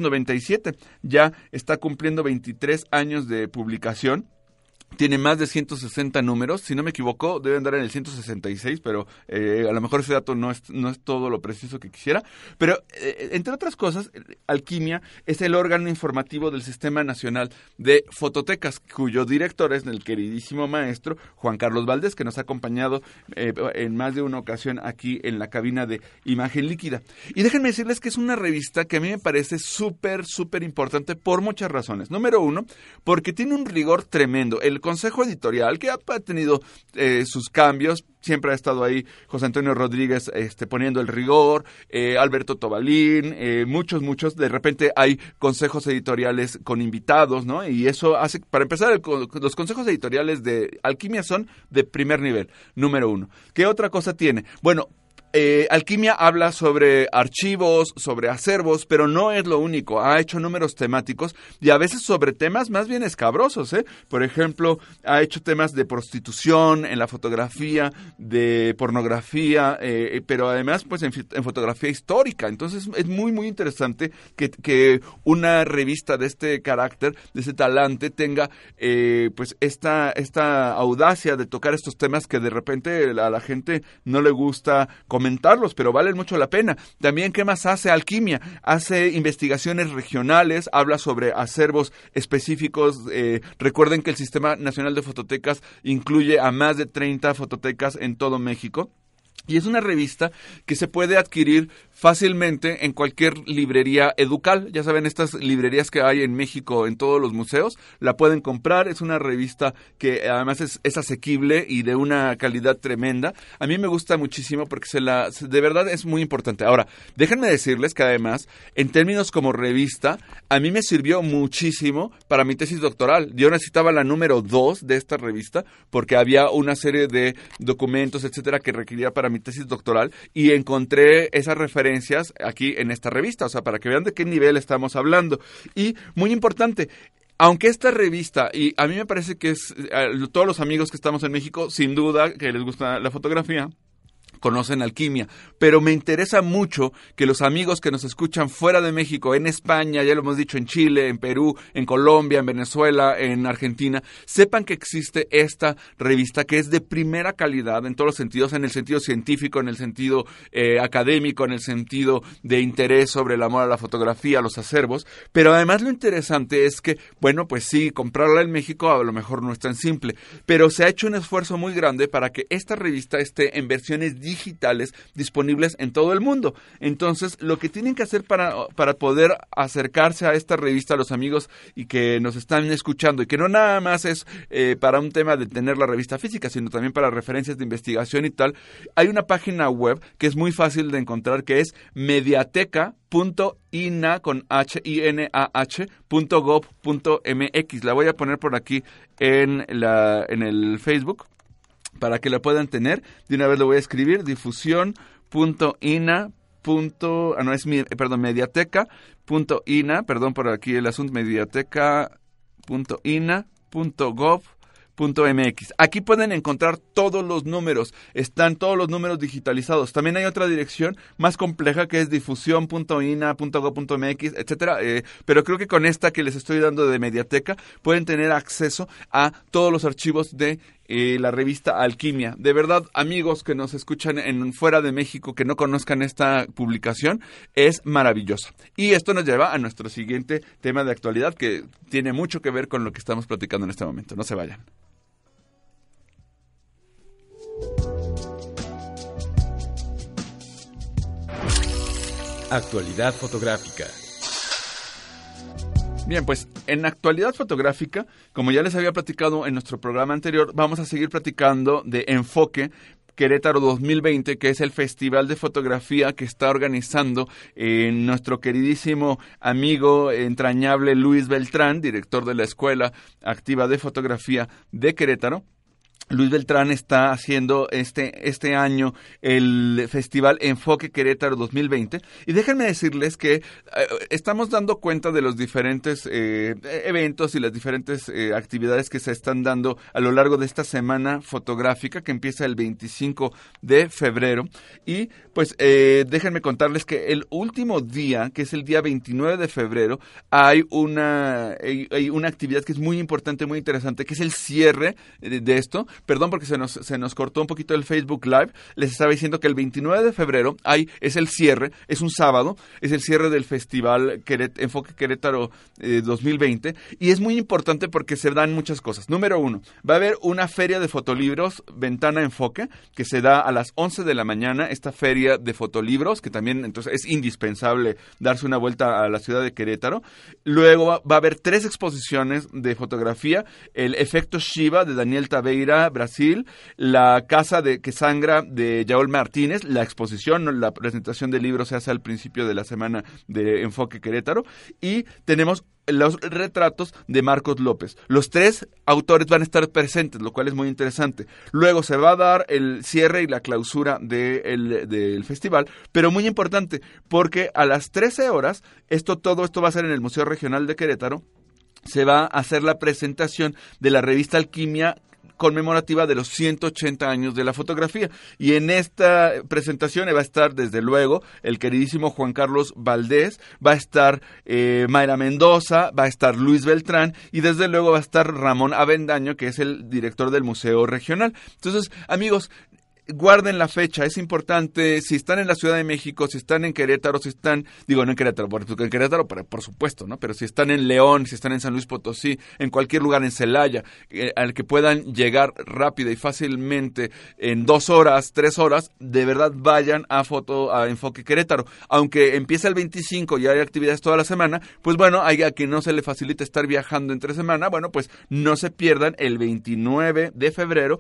1997, ya está cumpliendo 23 años de publicación. Tiene más de 160 números, si no me equivoco, debe andar en el 166, pero a lo mejor ese dato no es todo lo preciso que quisiera. Pero, entre otras cosas, Alquimia es el órgano informativo del Sistema Nacional de Fototecas, cuyo director es el queridísimo maestro Juan Carlos Valdés, que nos ha acompañado en más de una ocasión aquí en la cabina de Imagen Líquida. Y déjenme decirles que es una revista que a mí me parece súper importante por muchas razones. Número uno, porque tiene un rigor tremendo. El consejo editorial, que ha tenido sus cambios, siempre ha estado ahí José Antonio Rodríguez poniendo el rigor, Alberto Tobalín, muchos, de repente hay consejos editoriales con invitados, ¿no? Y eso hace, para empezar, los consejos editoriales de Alquimia son de primer nivel, número uno. ¿Qué otra cosa tiene? Bueno, Alquimia habla sobre archivos, sobre acervos, pero no es lo único. Ha hecho números temáticos y a veces sobre temas más bien escabrosos, ¿eh? Por ejemplo, ha hecho temas de prostitución en la fotografía, de pornografía, pero además pues en fotografía histórica. Entonces es muy interesante que una revista de este carácter, de ese talante, tenga pues esta audacia de tocar estos temas que de repente a la gente no le gusta comentarlos, pero valen mucho la pena. También, ¿qué más hace Alquimia? Hace investigaciones regionales, habla sobre acervos específicos. Recuerden que el Sistema Nacional de Fototecas incluye a más de 30 fototecas en todo México. Y es una revista que se puede adquirir fácilmente en cualquier librería educal. Ya saben, estas librerías que hay en México en todos los museos, la pueden comprar. Es una revista que además es asequible y de una calidad tremenda. A mí me gusta muchísimo porque de verdad es muy importante. Ahora, déjenme decirles que además, en términos como revista, a mí me sirvió muchísimo para mi tesis doctoral. Yo necesitaba la número 2 de esta revista porque había una serie de documentos, etcétera, que requería para mi tesis doctoral, y encontré esas referencias aquí en esta revista, o sea, para que vean de qué nivel estamos hablando. Y muy importante, aunque esta revista, y a mí me parece que es todos los amigos que estamos en México, sin duda que les gusta la fotografía, conocen Alquimia, pero me interesa mucho que los amigos que nos escuchan fuera de México, en España, ya lo hemos dicho, en Chile, en Perú, en Colombia, en Venezuela, en Argentina, sepan que existe esta revista que es de primera calidad en todos los sentidos, en el sentido científico, en el sentido académico, en el sentido de interés sobre el amor a la fotografía, a los acervos, pero además lo interesante es que, bueno, pues sí, comprarla en México a lo mejor no es tan simple, pero se ha hecho un esfuerzo muy grande para que esta revista esté en versiones digitales disponibles en todo el mundo. Entonces, lo que tienen que hacer para poder acercarse a esta revista a los amigos y que nos están escuchando, y que no nada más es para un tema de tener la revista física, sino también para referencias de investigación y tal, hay una página web que es muy fácil de encontrar, que es mediateca.inah.gov.mx. La voy a poner por aquí en el Facebook, para que la puedan tener. De una vez lo voy a escribir: mediateca.ina, perdón por aquí el asunto, mediateca.ina.gov.mx. Aquí pueden encontrar todos los números, están todos los números digitalizados. También hay otra dirección más compleja que es difusión.ina.gov.mx, etcétera, pero creo que con esta que les estoy dando de Mediateca pueden tener acceso a todos los archivos de la revista Alquimia. De verdad, amigos que nos escuchan fuera de México, que no conozcan esta publicación, es maravillosa. Y esto nos lleva a nuestro siguiente tema de actualidad, que tiene mucho que ver con lo que estamos platicando en este momento. No se vayan. Actualidad fotográfica. Bien, pues en actualidad fotográfica, como ya les había platicado en nuestro programa anterior, vamos a seguir platicando de Enfoque Querétaro 2020, que es el festival de fotografía que está organizando nuestro queridísimo amigo entrañable Luis Beltrán, director de la Escuela Activa de Fotografía de Querétaro. Luis Beltrán está haciendo este año el Festival Enfoque Querétaro 2020 y déjenme decirles que estamos dando cuenta de los diferentes eventos y las diferentes actividades que se están dando a lo largo de esta semana fotográfica que empieza el 25 de febrero y pues déjenme contarles que el último día, que es el día 29 de febrero, hay una actividad que es muy importante, muy interesante, que es el cierre de esto. Perdón porque se nos cortó un poquito el Facebook Live. Les estaba diciendo que el 29 de febrero es el cierre, es un sábado, es el cierre del Festival Enfoque Querétaro 2020 y es muy importante porque se dan muchas cosas. Número 1, va a haber una feria de fotolibros, Ventana Enfoque, que se da a las 11 de la mañana, esta feria de fotolibros, que también entonces es indispensable darse una vuelta a la ciudad de Querétaro. Luego va a haber 3 exposiciones de fotografía, el Efecto Shiva de Daniel Taveira, Brasil, la Casa que Sangra de Yaol Martínez, la exposición, la presentación del libro se hace al principio de la semana de Enfoque Querétaro y tenemos los retratos de Marcos López. Los 3 autores van a estar presentes, lo cual es muy interesante. Luego se va a dar el cierre y la clausura del festival, pero muy importante, porque a las 13 horas, todo esto va a ser en el Museo Regional de Querétaro, se va a hacer la presentación de la revista Alquimia conmemorativa de los 180 años de la fotografía. Y en esta presentación va a estar, desde luego, el queridísimo Juan Carlos Valdés, va a estar Mayra Mendoza, va a estar Luis Beltrán y desde luego va a estar Ramón Avendaño, que es el director del Museo Regional. Entonces, amigos, guarden la fecha, es importante. Si están en la Ciudad de México, si están en Querétaro, no en Querétaro, porque en Querétaro por supuesto, ¿no? Pero si están en León, si están en San Luis Potosí, en cualquier lugar, en Celaya, al que puedan llegar rápida y fácilmente en 2 horas, 3 horas, de verdad vayan a Enfoque Querétaro. Aunque empieza el 25 y hay actividades toda la semana, pues bueno, a quien no se le facilita estar viajando entre semana, bueno, pues no se pierdan el 29 de febrero,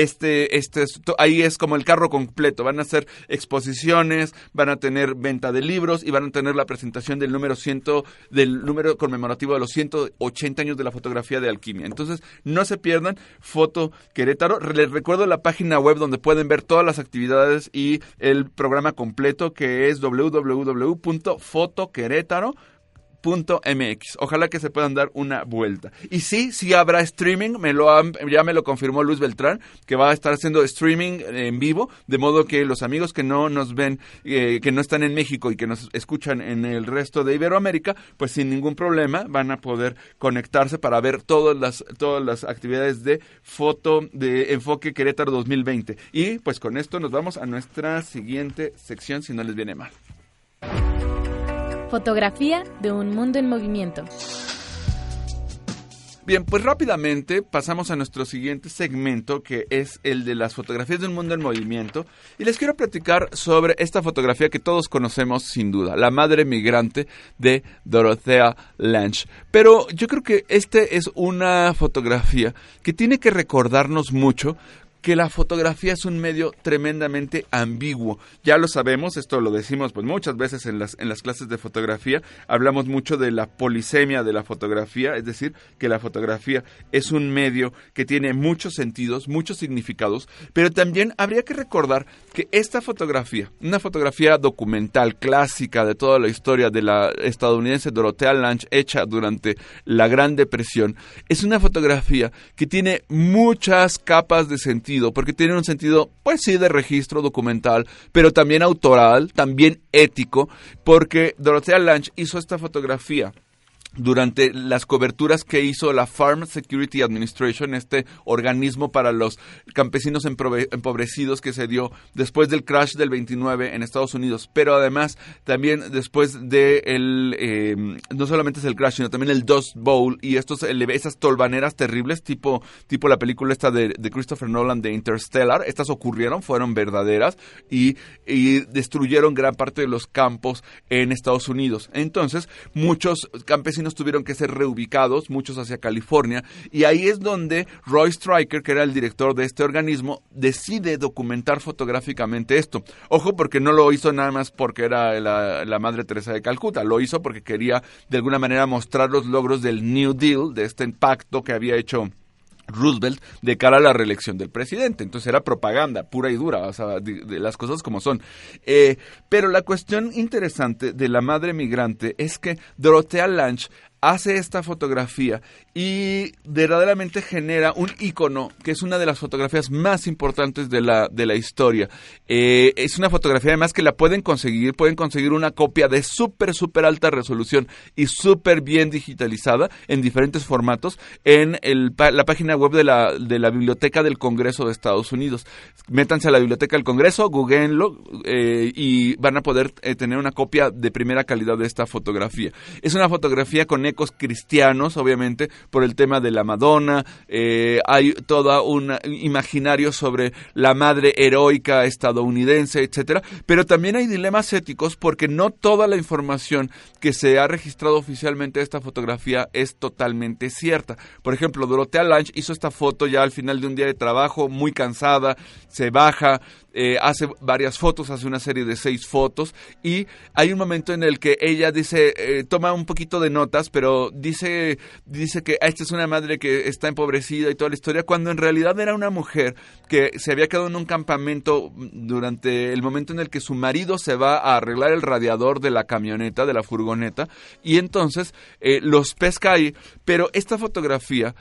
ahí es como el carro completo, van a hacer exposiciones, van a tener venta de libros y van a tener la presentación del número conmemorativo de los 180 años de la fotografía de Alquimia. Entonces, no se pierdan Foto Querétaro. Les recuerdo la página web donde pueden ver todas las actividades y el programa completo, que es www.fotoquerétaro.mx. Ojalá que se puedan dar una vuelta. Y sí habrá streaming, ya me lo confirmó Luis Beltrán, que va a estar haciendo streaming en vivo, de modo que los amigos que no nos ven, que no están en México y que nos escuchan en el resto de Iberoamérica, pues sin ningún problema van a poder conectarse para ver todas las actividades de foto de Enfoque Querétaro 2020. Y pues con esto nos vamos a nuestra siguiente sección, si no les viene mal. Fotografía de un mundo en movimiento. Bien, pues rápidamente pasamos a nuestro siguiente segmento, que es el de las fotografías de un mundo en movimiento. Y les quiero platicar sobre esta fotografía que todos conocemos sin duda, La Madre Migrante de Dorothea Lange. Pero yo creo que es una fotografía que tiene que recordarnos mucho que la fotografía es un medio tremendamente ambiguo. Ya lo sabemos, esto lo decimos pues muchas veces en las clases de fotografía, hablamos mucho de la polisemia de la fotografía, es decir, que la fotografía es un medio que tiene muchos sentidos, muchos significados, pero también habría que recordar que esta fotografía, una fotografía documental clásica de toda la historia de la estadounidense Dorothea Lange, hecha durante la Gran Depresión, es una fotografía que tiene muchas capas de sentido, porque tiene un sentido, pues sí, de registro documental, pero también autoral, también ético, porque Dorothea Lange hizo esta fotografía durante las coberturas que hizo la Farm Security Administration, este organismo para los campesinos empobrecidos que se dio después del crash del 29 en Estados Unidos, pero además también después de no solamente es el crash, sino también el Dust Bowl y esas tolvaneras terribles tipo la película esta de Christopher Nolan de Interstellar. Estas fueron verdaderas y destruyeron gran parte de los campos en Estados Unidos. Entonces, muchos campesinos tuvieron que ser reubicados, muchos hacia California, y ahí es donde Roy Stryker, que era el director de este organismo, decide documentar fotográficamente esto. Ojo, porque no lo hizo nada más porque era la Madre Teresa de Calcuta, lo hizo porque quería de alguna manera mostrar los logros del New Deal, de este pacto que había hecho Roosevelt de cara a la reelección del presidente. Entonces era propaganda pura y dura, o sea, de las cosas como son. Pero la cuestión interesante de la madre migrante es que Dorothea Lange hace esta fotografía y verdaderamente genera un ícono que es una de las fotografías más importantes de la historia. Es una fotografía además que la pueden conseguir una copia de súper alta resolución y súper bien digitalizada en diferentes formatos en la página web de la Biblioteca del Congreso de Estados Unidos. Métanse a la Biblioteca del Congreso, googleenlo y van a poder tener una copia de primera calidad de esta fotografía. Es una fotografía con ecos cristianos, obviamente, por el tema de la Madonna. Hay todo un imaginario sobre la madre heroica estadounidense, etcétera, pero también hay dilemas éticos porque no toda la información que se ha registrado oficialmente de esta fotografía es totalmente cierta. Por ejemplo, Dorothea Lange hizo esta foto ya al final de un día de trabajo, muy cansada, se baja, hace varias fotos, hace una serie de 6 fotos y hay un momento en el que ella dice, toma un poquito de notas, pero dice que esta es una madre que está empobrecida y toda la historia, cuando en realidad era una mujer que se había quedado en un campamento durante el momento en el que su marido se va a arreglar el radiador de la camioneta, de la furgoneta, y entonces los pesca ahí, pero esta fotografía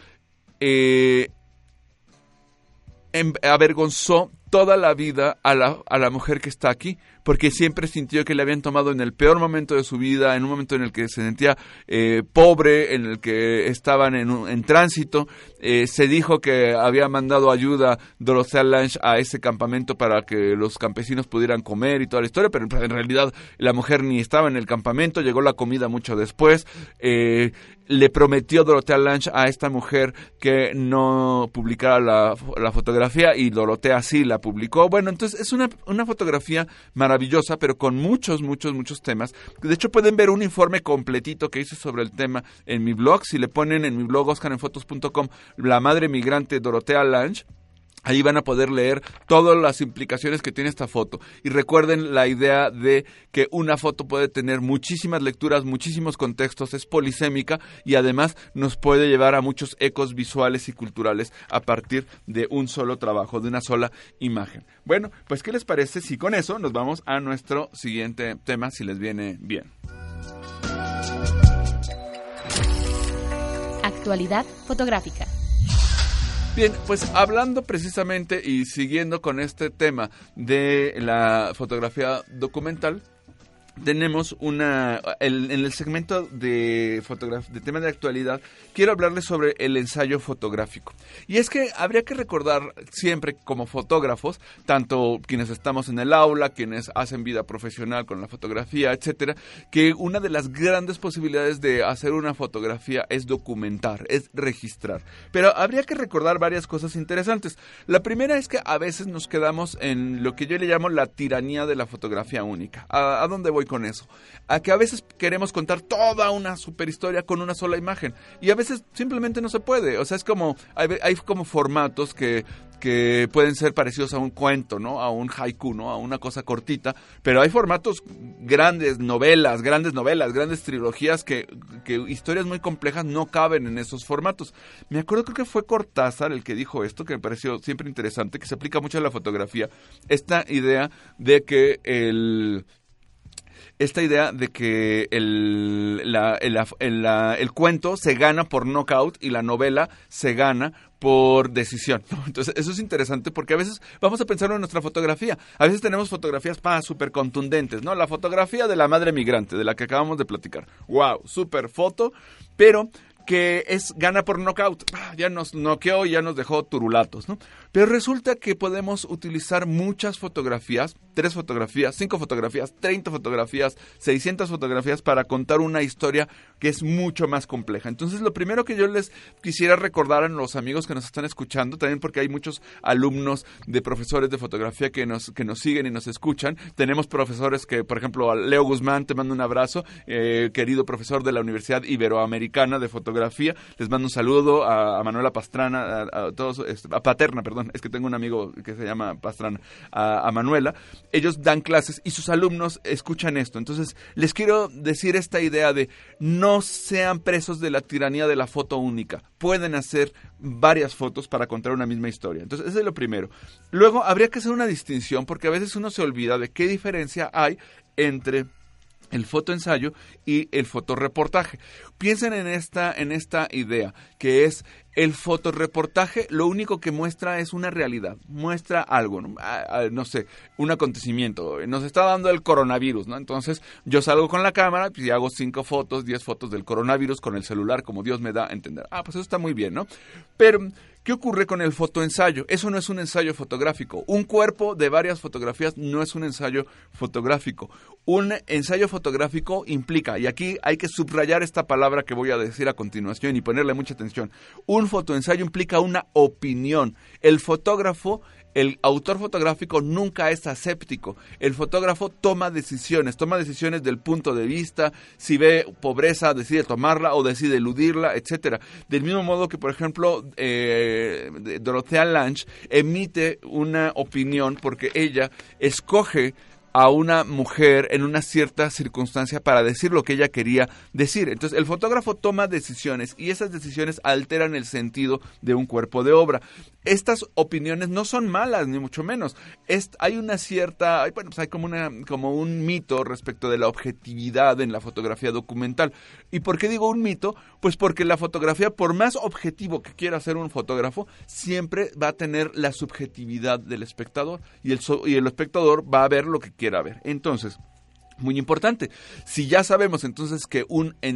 avergonzó toda la vida a la mujer que está aquí, porque siempre sintió que le habían tomado en el peor momento de su vida, en un momento en el que se sentía pobre, en el que estaban en tránsito. Se dijo que había mandado ayuda Dorothea Lange a ese campamento para que los campesinos pudieran comer y toda la historia, pero en realidad la mujer ni estaba en el campamento, llegó la comida mucho después. Le prometió Dorothea Lange a esta mujer que no publicara la fotografía y Dorothea sí la publicó. Bueno, entonces es una fotografía maravillosa, pero con muchos temas. De hecho, pueden ver un informe completito que hice sobre el tema en mi blog. Si le ponen en mi blog oscarenfotos.com la madre migrante Dorothea Lange, ahí van a poder leer todas las implicaciones que tiene esta foto. Y recuerden la idea de que una foto puede tener muchísimas lecturas, muchísimos contextos, es polisémica y además nos puede llevar a muchos ecos visuales y culturales a partir de un solo trabajo, de una sola imagen. Bueno, pues ¿qué les parece si con eso nos vamos a nuestro siguiente tema, si les viene bien? Actualidad fotográfica. Bien, pues hablando precisamente y siguiendo con este tema de la fotografía documental, tenemos en el segmento de tema de actualidad, quiero hablarles sobre el ensayo fotográfico. Y es que habría que recordar siempre como fotógrafos, tanto quienes estamos en el aula, quienes hacen vida profesional con la fotografía, etcétera, que una de las grandes posibilidades de hacer una fotografía es documentar, es registrar. Pero habría que recordar varias cosas interesantes. La primera es que a veces nos quedamos en lo que yo le llamo la tiranía de la fotografía única. ¿A dónde voy con eso? A que a veces queremos contar toda una superhistoria con una sola imagen y a veces simplemente no se puede. O sea, es como hay como formatos que pueden ser parecidos a un cuento, ¿no? A un haiku, ¿no? A una cosa cortita, pero hay formatos grandes novelas, grandes trilogías que historias muy complejas no caben en esos formatos. Me acuerdo, creo que fue Cortázar el que dijo esto, que me pareció siempre interesante, que se aplica mucho a la fotografía, esta idea de que el cuento se gana por knockout y la novela se gana por decisión, ¿no? Entonces eso es interesante porque a veces vamos a pensar en nuestra fotografía. A veces tenemos fotografías súper contundentes, ¿no? La fotografía de la madre migrante, de la que acabamos de platicar. ¡Wow! Súper foto, pero que gana por knockout. Ya nos noqueó y ya nos dejó turulatos, ¿no? Pero resulta que podemos utilizar muchas fotografías, 3 fotografías, 5 fotografías, 30 fotografías, 600 fotografías para contar una historia que es mucho más compleja. Entonces, lo primero que yo les quisiera recordar a los amigos que nos están escuchando, también porque hay muchos alumnos de profesores de fotografía que nos siguen y nos escuchan. Tenemos profesores que, por ejemplo, a Leo Guzmán, te mando un abrazo, querido profesor de la Universidad Iberoamericana de Fotografía. Les mando un saludo a Manuela Pastrana, a todos, a Paterna, perdón, perdón, es que tengo un amigo que se llama Pastrana, a Manuela, ellos dan clases y sus alumnos escuchan esto. Entonces, les quiero decir esta idea de no sean presos de la tiranía de la foto única. Pueden hacer varias fotos para contar una misma historia. Entonces, ese es lo primero. Luego, habría que hacer una distinción porque a veces uno se olvida de qué diferencia hay entre el fotoensayo y el fotoreportaje. Piensen en esta idea, que es el fotoreportaje, lo único que muestra es una realidad, muestra algo, ¿no? No sé, un acontecimiento. Nos está dando el coronavirus, ¿no? Entonces, yo salgo con la cámara y hago 5 fotos, 10 fotos del coronavirus con el celular, como Dios me da a entender. Pues eso está muy bien, ¿no? Pero ¿qué ocurre con el fotoensayo? Eso no es un ensayo fotográfico. Un cuerpo de varias fotografías no es un ensayo fotográfico. Un ensayo fotográfico implica, y aquí hay que subrayar esta palabra que voy a decir a continuación y ponerle mucha atención. Un fotoensayo implica una opinión. El fotógrafo, el autor fotográfico nunca es aséptico. El fotógrafo toma decisiones del punto de vista, si ve pobreza decide tomarla o decide eludirla, etcétera. Del mismo modo que, por ejemplo, Dorothea Lange emite una opinión porque ella escoge a una mujer en una cierta circunstancia para decir lo que ella quería decir. Entonces, el fotógrafo toma decisiones y esas decisiones alteran el sentido de un cuerpo de obra. Estas opiniones no son malas, ni mucho menos. Hay una cierta, bueno, pues hay como un mito respecto de la objetividad en la fotografía documental. ¿Y por qué digo un mito? Pues porque la fotografía, por más objetivo que quiera hacer un fotógrafo, siempre va a tener la subjetividad del espectador y el espectador va a ver lo que quiera ver. Entonces, muy importante, si ya sabemos entonces que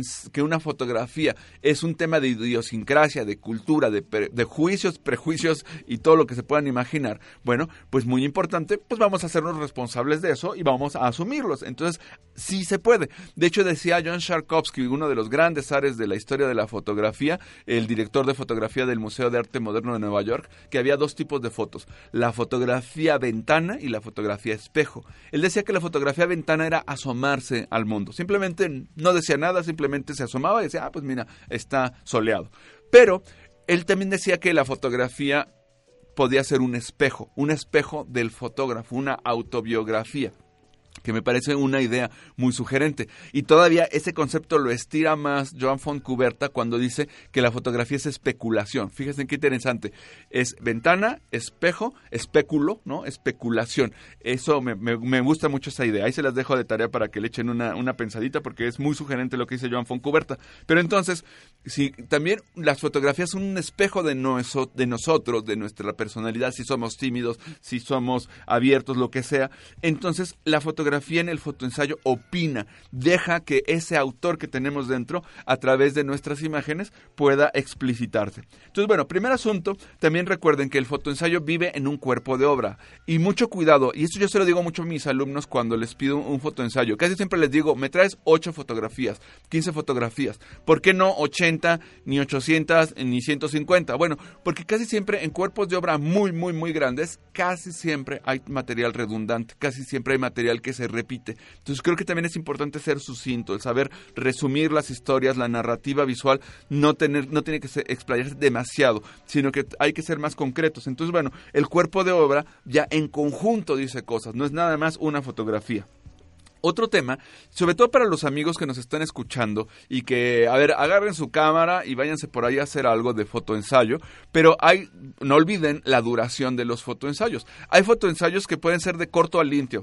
una fotografía es un tema de idiosincrasia, de cultura, de juicios, prejuicios y todo lo que se puedan imaginar, bueno, pues muy importante, pues vamos a hacernos responsables de eso y vamos a asumirlos. Entonces, sí se puede. De hecho, decía John Sharkovsky, uno de los grandes zares de la historia de la fotografía, el director de fotografía del Museo de Arte Moderno de Nueva York, que había 2 tipos de fotos, la fotografía ventana y la fotografía espejo. Él decía que la fotografía ventana era asomarse al mundo. Simplemente no decía nada, simplemente se asomaba y decía, pues mira, está soleado. Pero él también decía que la fotografía podía ser un espejo del fotógrafo, una autobiografía, que me parece una idea muy sugerente. Y todavía ese concepto lo estira más Joan Fontcuberta cuando dice que la fotografía es especulación. Fíjense qué interesante. Es ventana, espejo, espéculo, ¿no? Especulación. Eso me gusta mucho esa idea. Ahí se las dejo de tarea para que le echen una pensadita porque es muy sugerente lo que dice Joan Fontcuberta. Pero entonces, si también las fotografías son un espejo de nosotros, de nuestra personalidad, si somos tímidos, si somos abiertos, lo que sea, entonces la fotografía en el fotoensayo opina, deja que ese autor que tenemos dentro, a través de nuestras imágenes, pueda explicitarse. Entonces, bueno, primer asunto, también recuerden que el fotoensayo vive en un cuerpo de obra. Y mucho cuidado, y esto yo se lo digo mucho a mis alumnos cuando les pido un fotoensayo. Casi siempre les digo, me traes 8 fotografías, 15 fotografías. ¿Por qué no 80, ni 800, ni 150? Bueno, porque casi siempre en cuerpos de obra muy, muy, muy grandes, casi siempre hay material redundante, casi siempre hay material que se repite. Entonces creo que también es importante ser sucinto, el saber resumir las historias, la narrativa visual, no tiene que explayarse demasiado, sino que hay que ser más concretos. Entonces, bueno, el cuerpo de obra ya en conjunto dice cosas, no es nada más una fotografía. Otro tema, sobre todo para los amigos que nos están escuchando y que, agarren su cámara y váyanse por ahí a hacer algo de fotoensayo, pero no olviden la duración de los fotoensayos. Hay fotoensayos que pueden ser de corto aliento,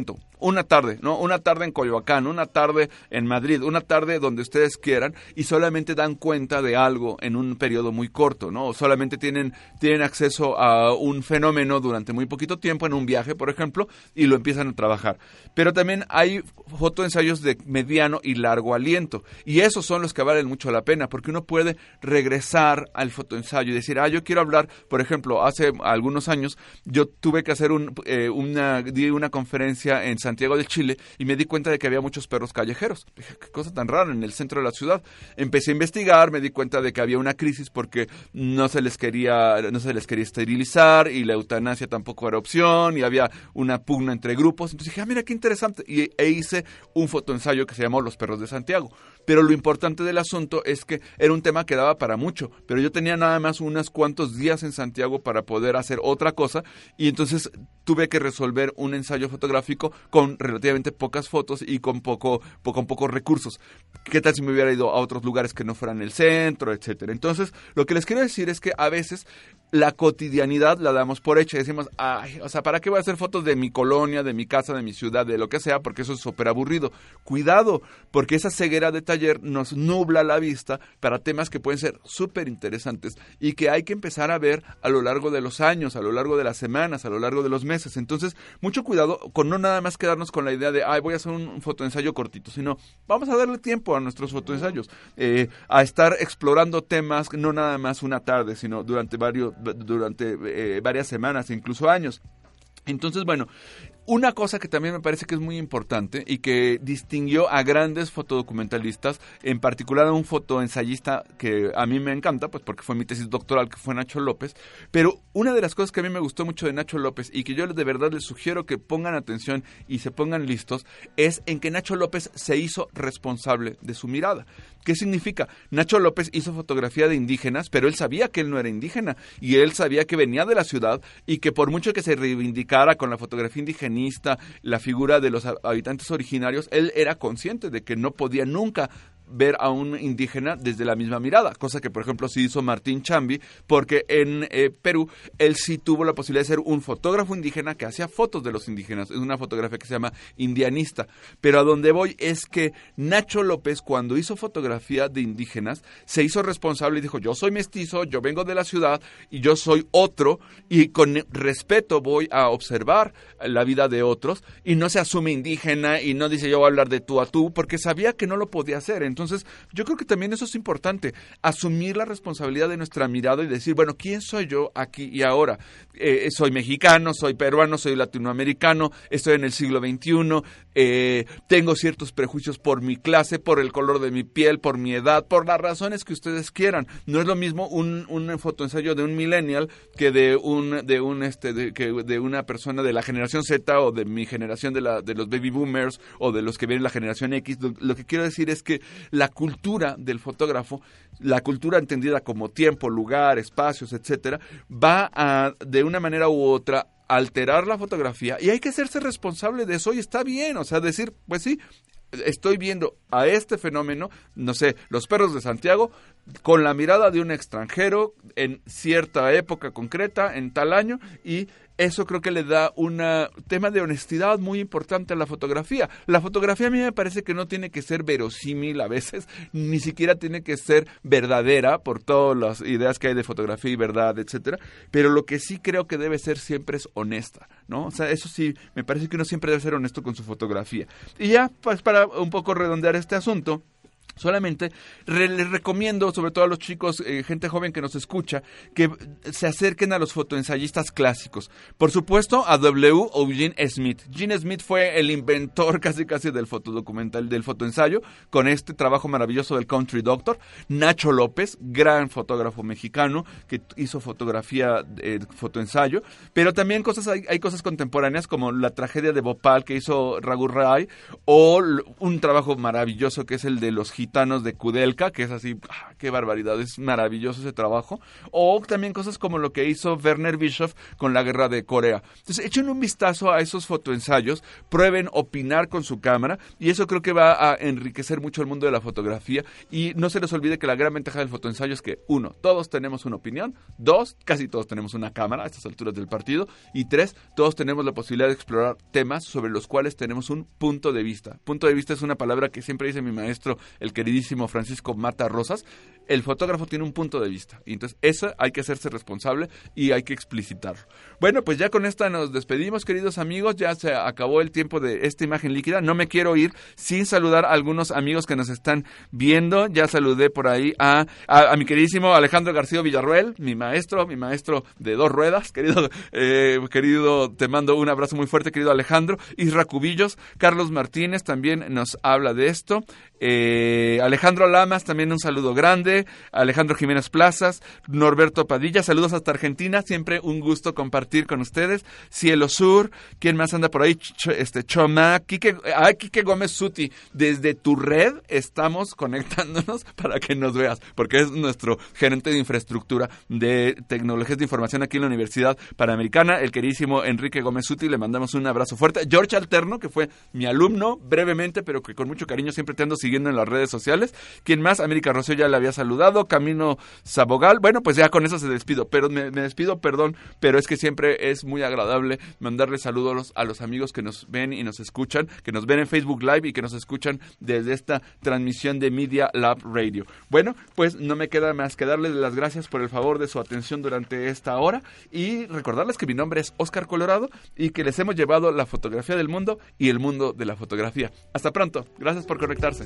una tarde, ¿no? Una tarde en Coyoacán, una tarde en Madrid, una tarde donde ustedes quieran y solamente dan cuenta de algo en un periodo muy corto, ¿no? O solamente tienen acceso a un fenómeno durante muy poquito tiempo en un viaje, por ejemplo, y lo empiezan a trabajar. Pero también hay fotoensayos de mediano y largo aliento y esos son los que valen mucho la pena porque uno puede regresar al fotoensayo y decir, yo quiero hablar, por ejemplo, hace algunos años yo tuve que hacer di una conferencia en Santiago de Chile y me di cuenta de que había muchos perros callejeros. Dije, qué cosa tan rara en el centro de la ciudad. Empecé a investigar, me di cuenta de que había una crisis porque no se les quería esterilizar y la eutanasia tampoco era opción y había una pugna entre grupos. Entonces dije, mira qué interesante, e hice un fotoensayo que se llamó Los Perros de Santiago. pero lo importante del asunto es que era un tema que daba para mucho, pero yo tenía nada más unos cuantos días en Santiago para poder hacer otra cosa, y entonces tuve que resolver un ensayo fotográfico con relativamente pocas fotos y con pocos recursos. ¿Qué tal si me hubiera ido a otros lugares que no fueran el centro, etcétera? Entonces, lo que les quiero decir es que a veces la cotidianidad la damos por hecha y decimos, ay, o sea, ¿para qué voy a hacer fotos de mi colonia, de mi casa, de mi ciudad, de lo que sea? Porque eso es súper aburrido. Cuidado, porque esa ceguera de taller nos nubla la vista para temas que pueden ser súper interesantes y que hay que empezar a ver a lo largo de los años, a lo largo de las semanas, a lo largo de los meses. Entonces, mucho cuidado con no nada más quedarnos con la idea de, ay, voy a hacer un fotoensayo cortito, sino vamos a darle tiempo a nuestros fotoensayos, a estar explorando temas, no nada más una tarde, sino durante varias semanas, incluso años. Entonces, bueno, una cosa que también me parece que es muy importante y que distinguió a grandes fotodocumentalistas, en particular a un fotoensayista que a mí me encanta, pues porque fue mi tesis doctoral, que fue Nacho López, pero una de las cosas que a mí me gustó mucho de Nacho López y que yo de verdad les sugiero que pongan atención y se pongan listos, es en que Nacho López se hizo responsable de su mirada. ¿Qué significa? Nacho López hizo fotografía de indígenas, pero él sabía que él no era indígena y él sabía que venía de la ciudad y que por mucho que se reivindicara con la fotografía indigenista, la figura de los habitantes originarios, él era consciente de que no podía nunca ver a un indígena desde la misma mirada, cosa que por ejemplo sí hizo Martín Chambi, porque en Perú él sí tuvo la posibilidad de ser un fotógrafo indígena que hacía fotos de los indígenas, es una fotografía que se llama indianista, pero a donde voy es que Nacho López, cuando hizo fotografía de indígenas, se hizo responsable y dijo, yo soy mestizo, yo vengo de la ciudad y yo soy otro, y con respeto voy a observar la vida de otros, y no se asume indígena y no dice yo voy a hablar de tú a tú, porque sabía que no lo podía hacer. Entonces, yo creo que también eso es importante, asumir la responsabilidad de nuestra mirada y decir, bueno, ¿quién soy yo aquí y ahora? Soy mexicano, soy peruano, soy latinoamericano, estoy en el siglo XXI, tengo ciertos prejuicios por mi clase, por el color de mi piel, por mi edad, por las razones que ustedes quieran. No es lo mismo un fotoensayo de un millennial que de una persona de la generación Z o de mi generación de los baby boomers o de los que vienen la generación X. Lo que quiero decir es que la cultura del fotógrafo, la cultura entendida como tiempo, lugar, espacios, etcétera, va a, de una manera u otra, alterar la fotografía y hay que hacerse responsable de eso y está bien, o sea, decir, pues sí, estoy viendo a este fenómeno, no sé, los perros de Santiago, con la mirada de un extranjero en cierta época concreta, en tal año, y eso creo que le da un tema de honestidad muy importante a la fotografía. La fotografía a mí me parece que no tiene que ser verosímil a veces, ni siquiera tiene que ser verdadera por todas las ideas que hay de fotografía y verdad, etcétera, pero lo que sí creo que debe ser siempre es honesta, ¿no? O sea, eso sí, me parece que uno siempre debe ser honesto con su fotografía. Y ya, pues para un poco redondear este asunto, solamente les recomiendo, sobre todo a los chicos, gente joven que nos escucha, que se acerquen a los fotoensayistas clásicos. Por supuesto, a W. o Gene Smith. Gene Smith fue el inventor casi del fotodocumental, del fotoensayo, con este trabajo maravilloso del Country Doctor. Nacho López, gran fotógrafo mexicano, que hizo fotografía, fotoensayo, pero también hay cosas contemporáneas como la tragedia de Bhopal que hizo Raghu Rai, o un trabajo maravilloso que es el de los gitanos de Kudelka, que es así, qué barbaridad, es maravilloso ese trabajo, o también cosas como lo que hizo Werner Bischoff con la guerra de Corea. Entonces, echen un vistazo a esos fotoensayos, prueben opinar con su cámara, y eso creo que va a enriquecer mucho el mundo de la fotografía, y no se les olvide que la gran ventaja del fotoensayo es que, 1, todos tenemos una opinión, 2, casi todos tenemos una cámara a estas alturas del partido, y 3, todos tenemos la posibilidad de explorar temas sobre los cuales tenemos un punto de vista. Punto de vista es una palabra que siempre dice mi maestro, el queridísimo Francisco Mata Rosas. El fotógrafo tiene un punto de vista, y entonces eso hay que hacerse responsable y hay que explicitarlo. Bueno, pues ya con esta nos despedimos, queridos amigos, ya se acabó el tiempo de esta imagen líquida. No me quiero ir sin saludar a algunos amigos que nos están viendo. Ya saludé por ahí a mi queridísimo Alejandro García Villarruel, mi maestro de 2 ruedas, querido, te mando un abrazo muy fuerte, querido Alejandro. Isra Cubillos, Carlos Martínez también nos habla de esto. Alejandro Lamas, también un saludo grande. Valverde, Alejandro Jiménez Plazas, Norberto Padilla, saludos hasta Argentina, siempre un gusto compartir con ustedes. Cielo Sur, ¿quién más anda por ahí? Choma, Quique Gómez Suti, desde tu red estamos conectándonos para que nos veas, porque es nuestro gerente de infraestructura de tecnologías de información aquí en la Universidad Panamericana, el queridísimo Enrique Gómez Suti, le mandamos un abrazo fuerte. George Alterno, que fue mi alumno brevemente, pero que con mucho cariño siempre te ando siguiendo en las redes sociales. ¿Quién más? América Rocío ya la había saludado, Camino Sabogal. Bueno, pues ya con eso se despido, pero me despido, perdón, pero es que siempre es muy agradable mandarle saludos a los amigos que nos ven y nos escuchan, que nos ven en Facebook Live y que nos escuchan desde esta transmisión de Media Lab Radio. Bueno, pues no me queda más que darles las gracias por el favor de su atención durante esta hora y recordarles que mi nombre es Oscar Colorado y que les hemos llevado la fotografía del mundo y el mundo de la fotografía. Hasta pronto. Gracias por conectarse.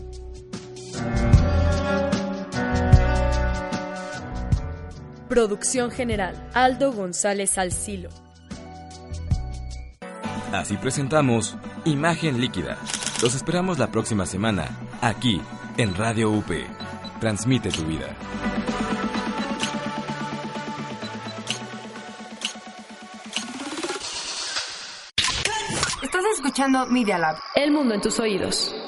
Producción general, Aldo González Alcilo. Así presentamos Imagen Líquida. Los esperamos la próxima semana, aquí, en Radio UP. Transmite tu vida. Estás escuchando Media Lab. El mundo en tus oídos.